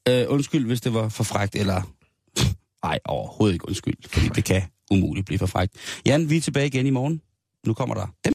Speaker 5: Undskyld, hvis det var for frækt, eller... Nej, overhovedet ikke undskyld, fordi det kan umuligt blive for frækt. Jan, vi er tilbage igen i morgen. Nu kommer der...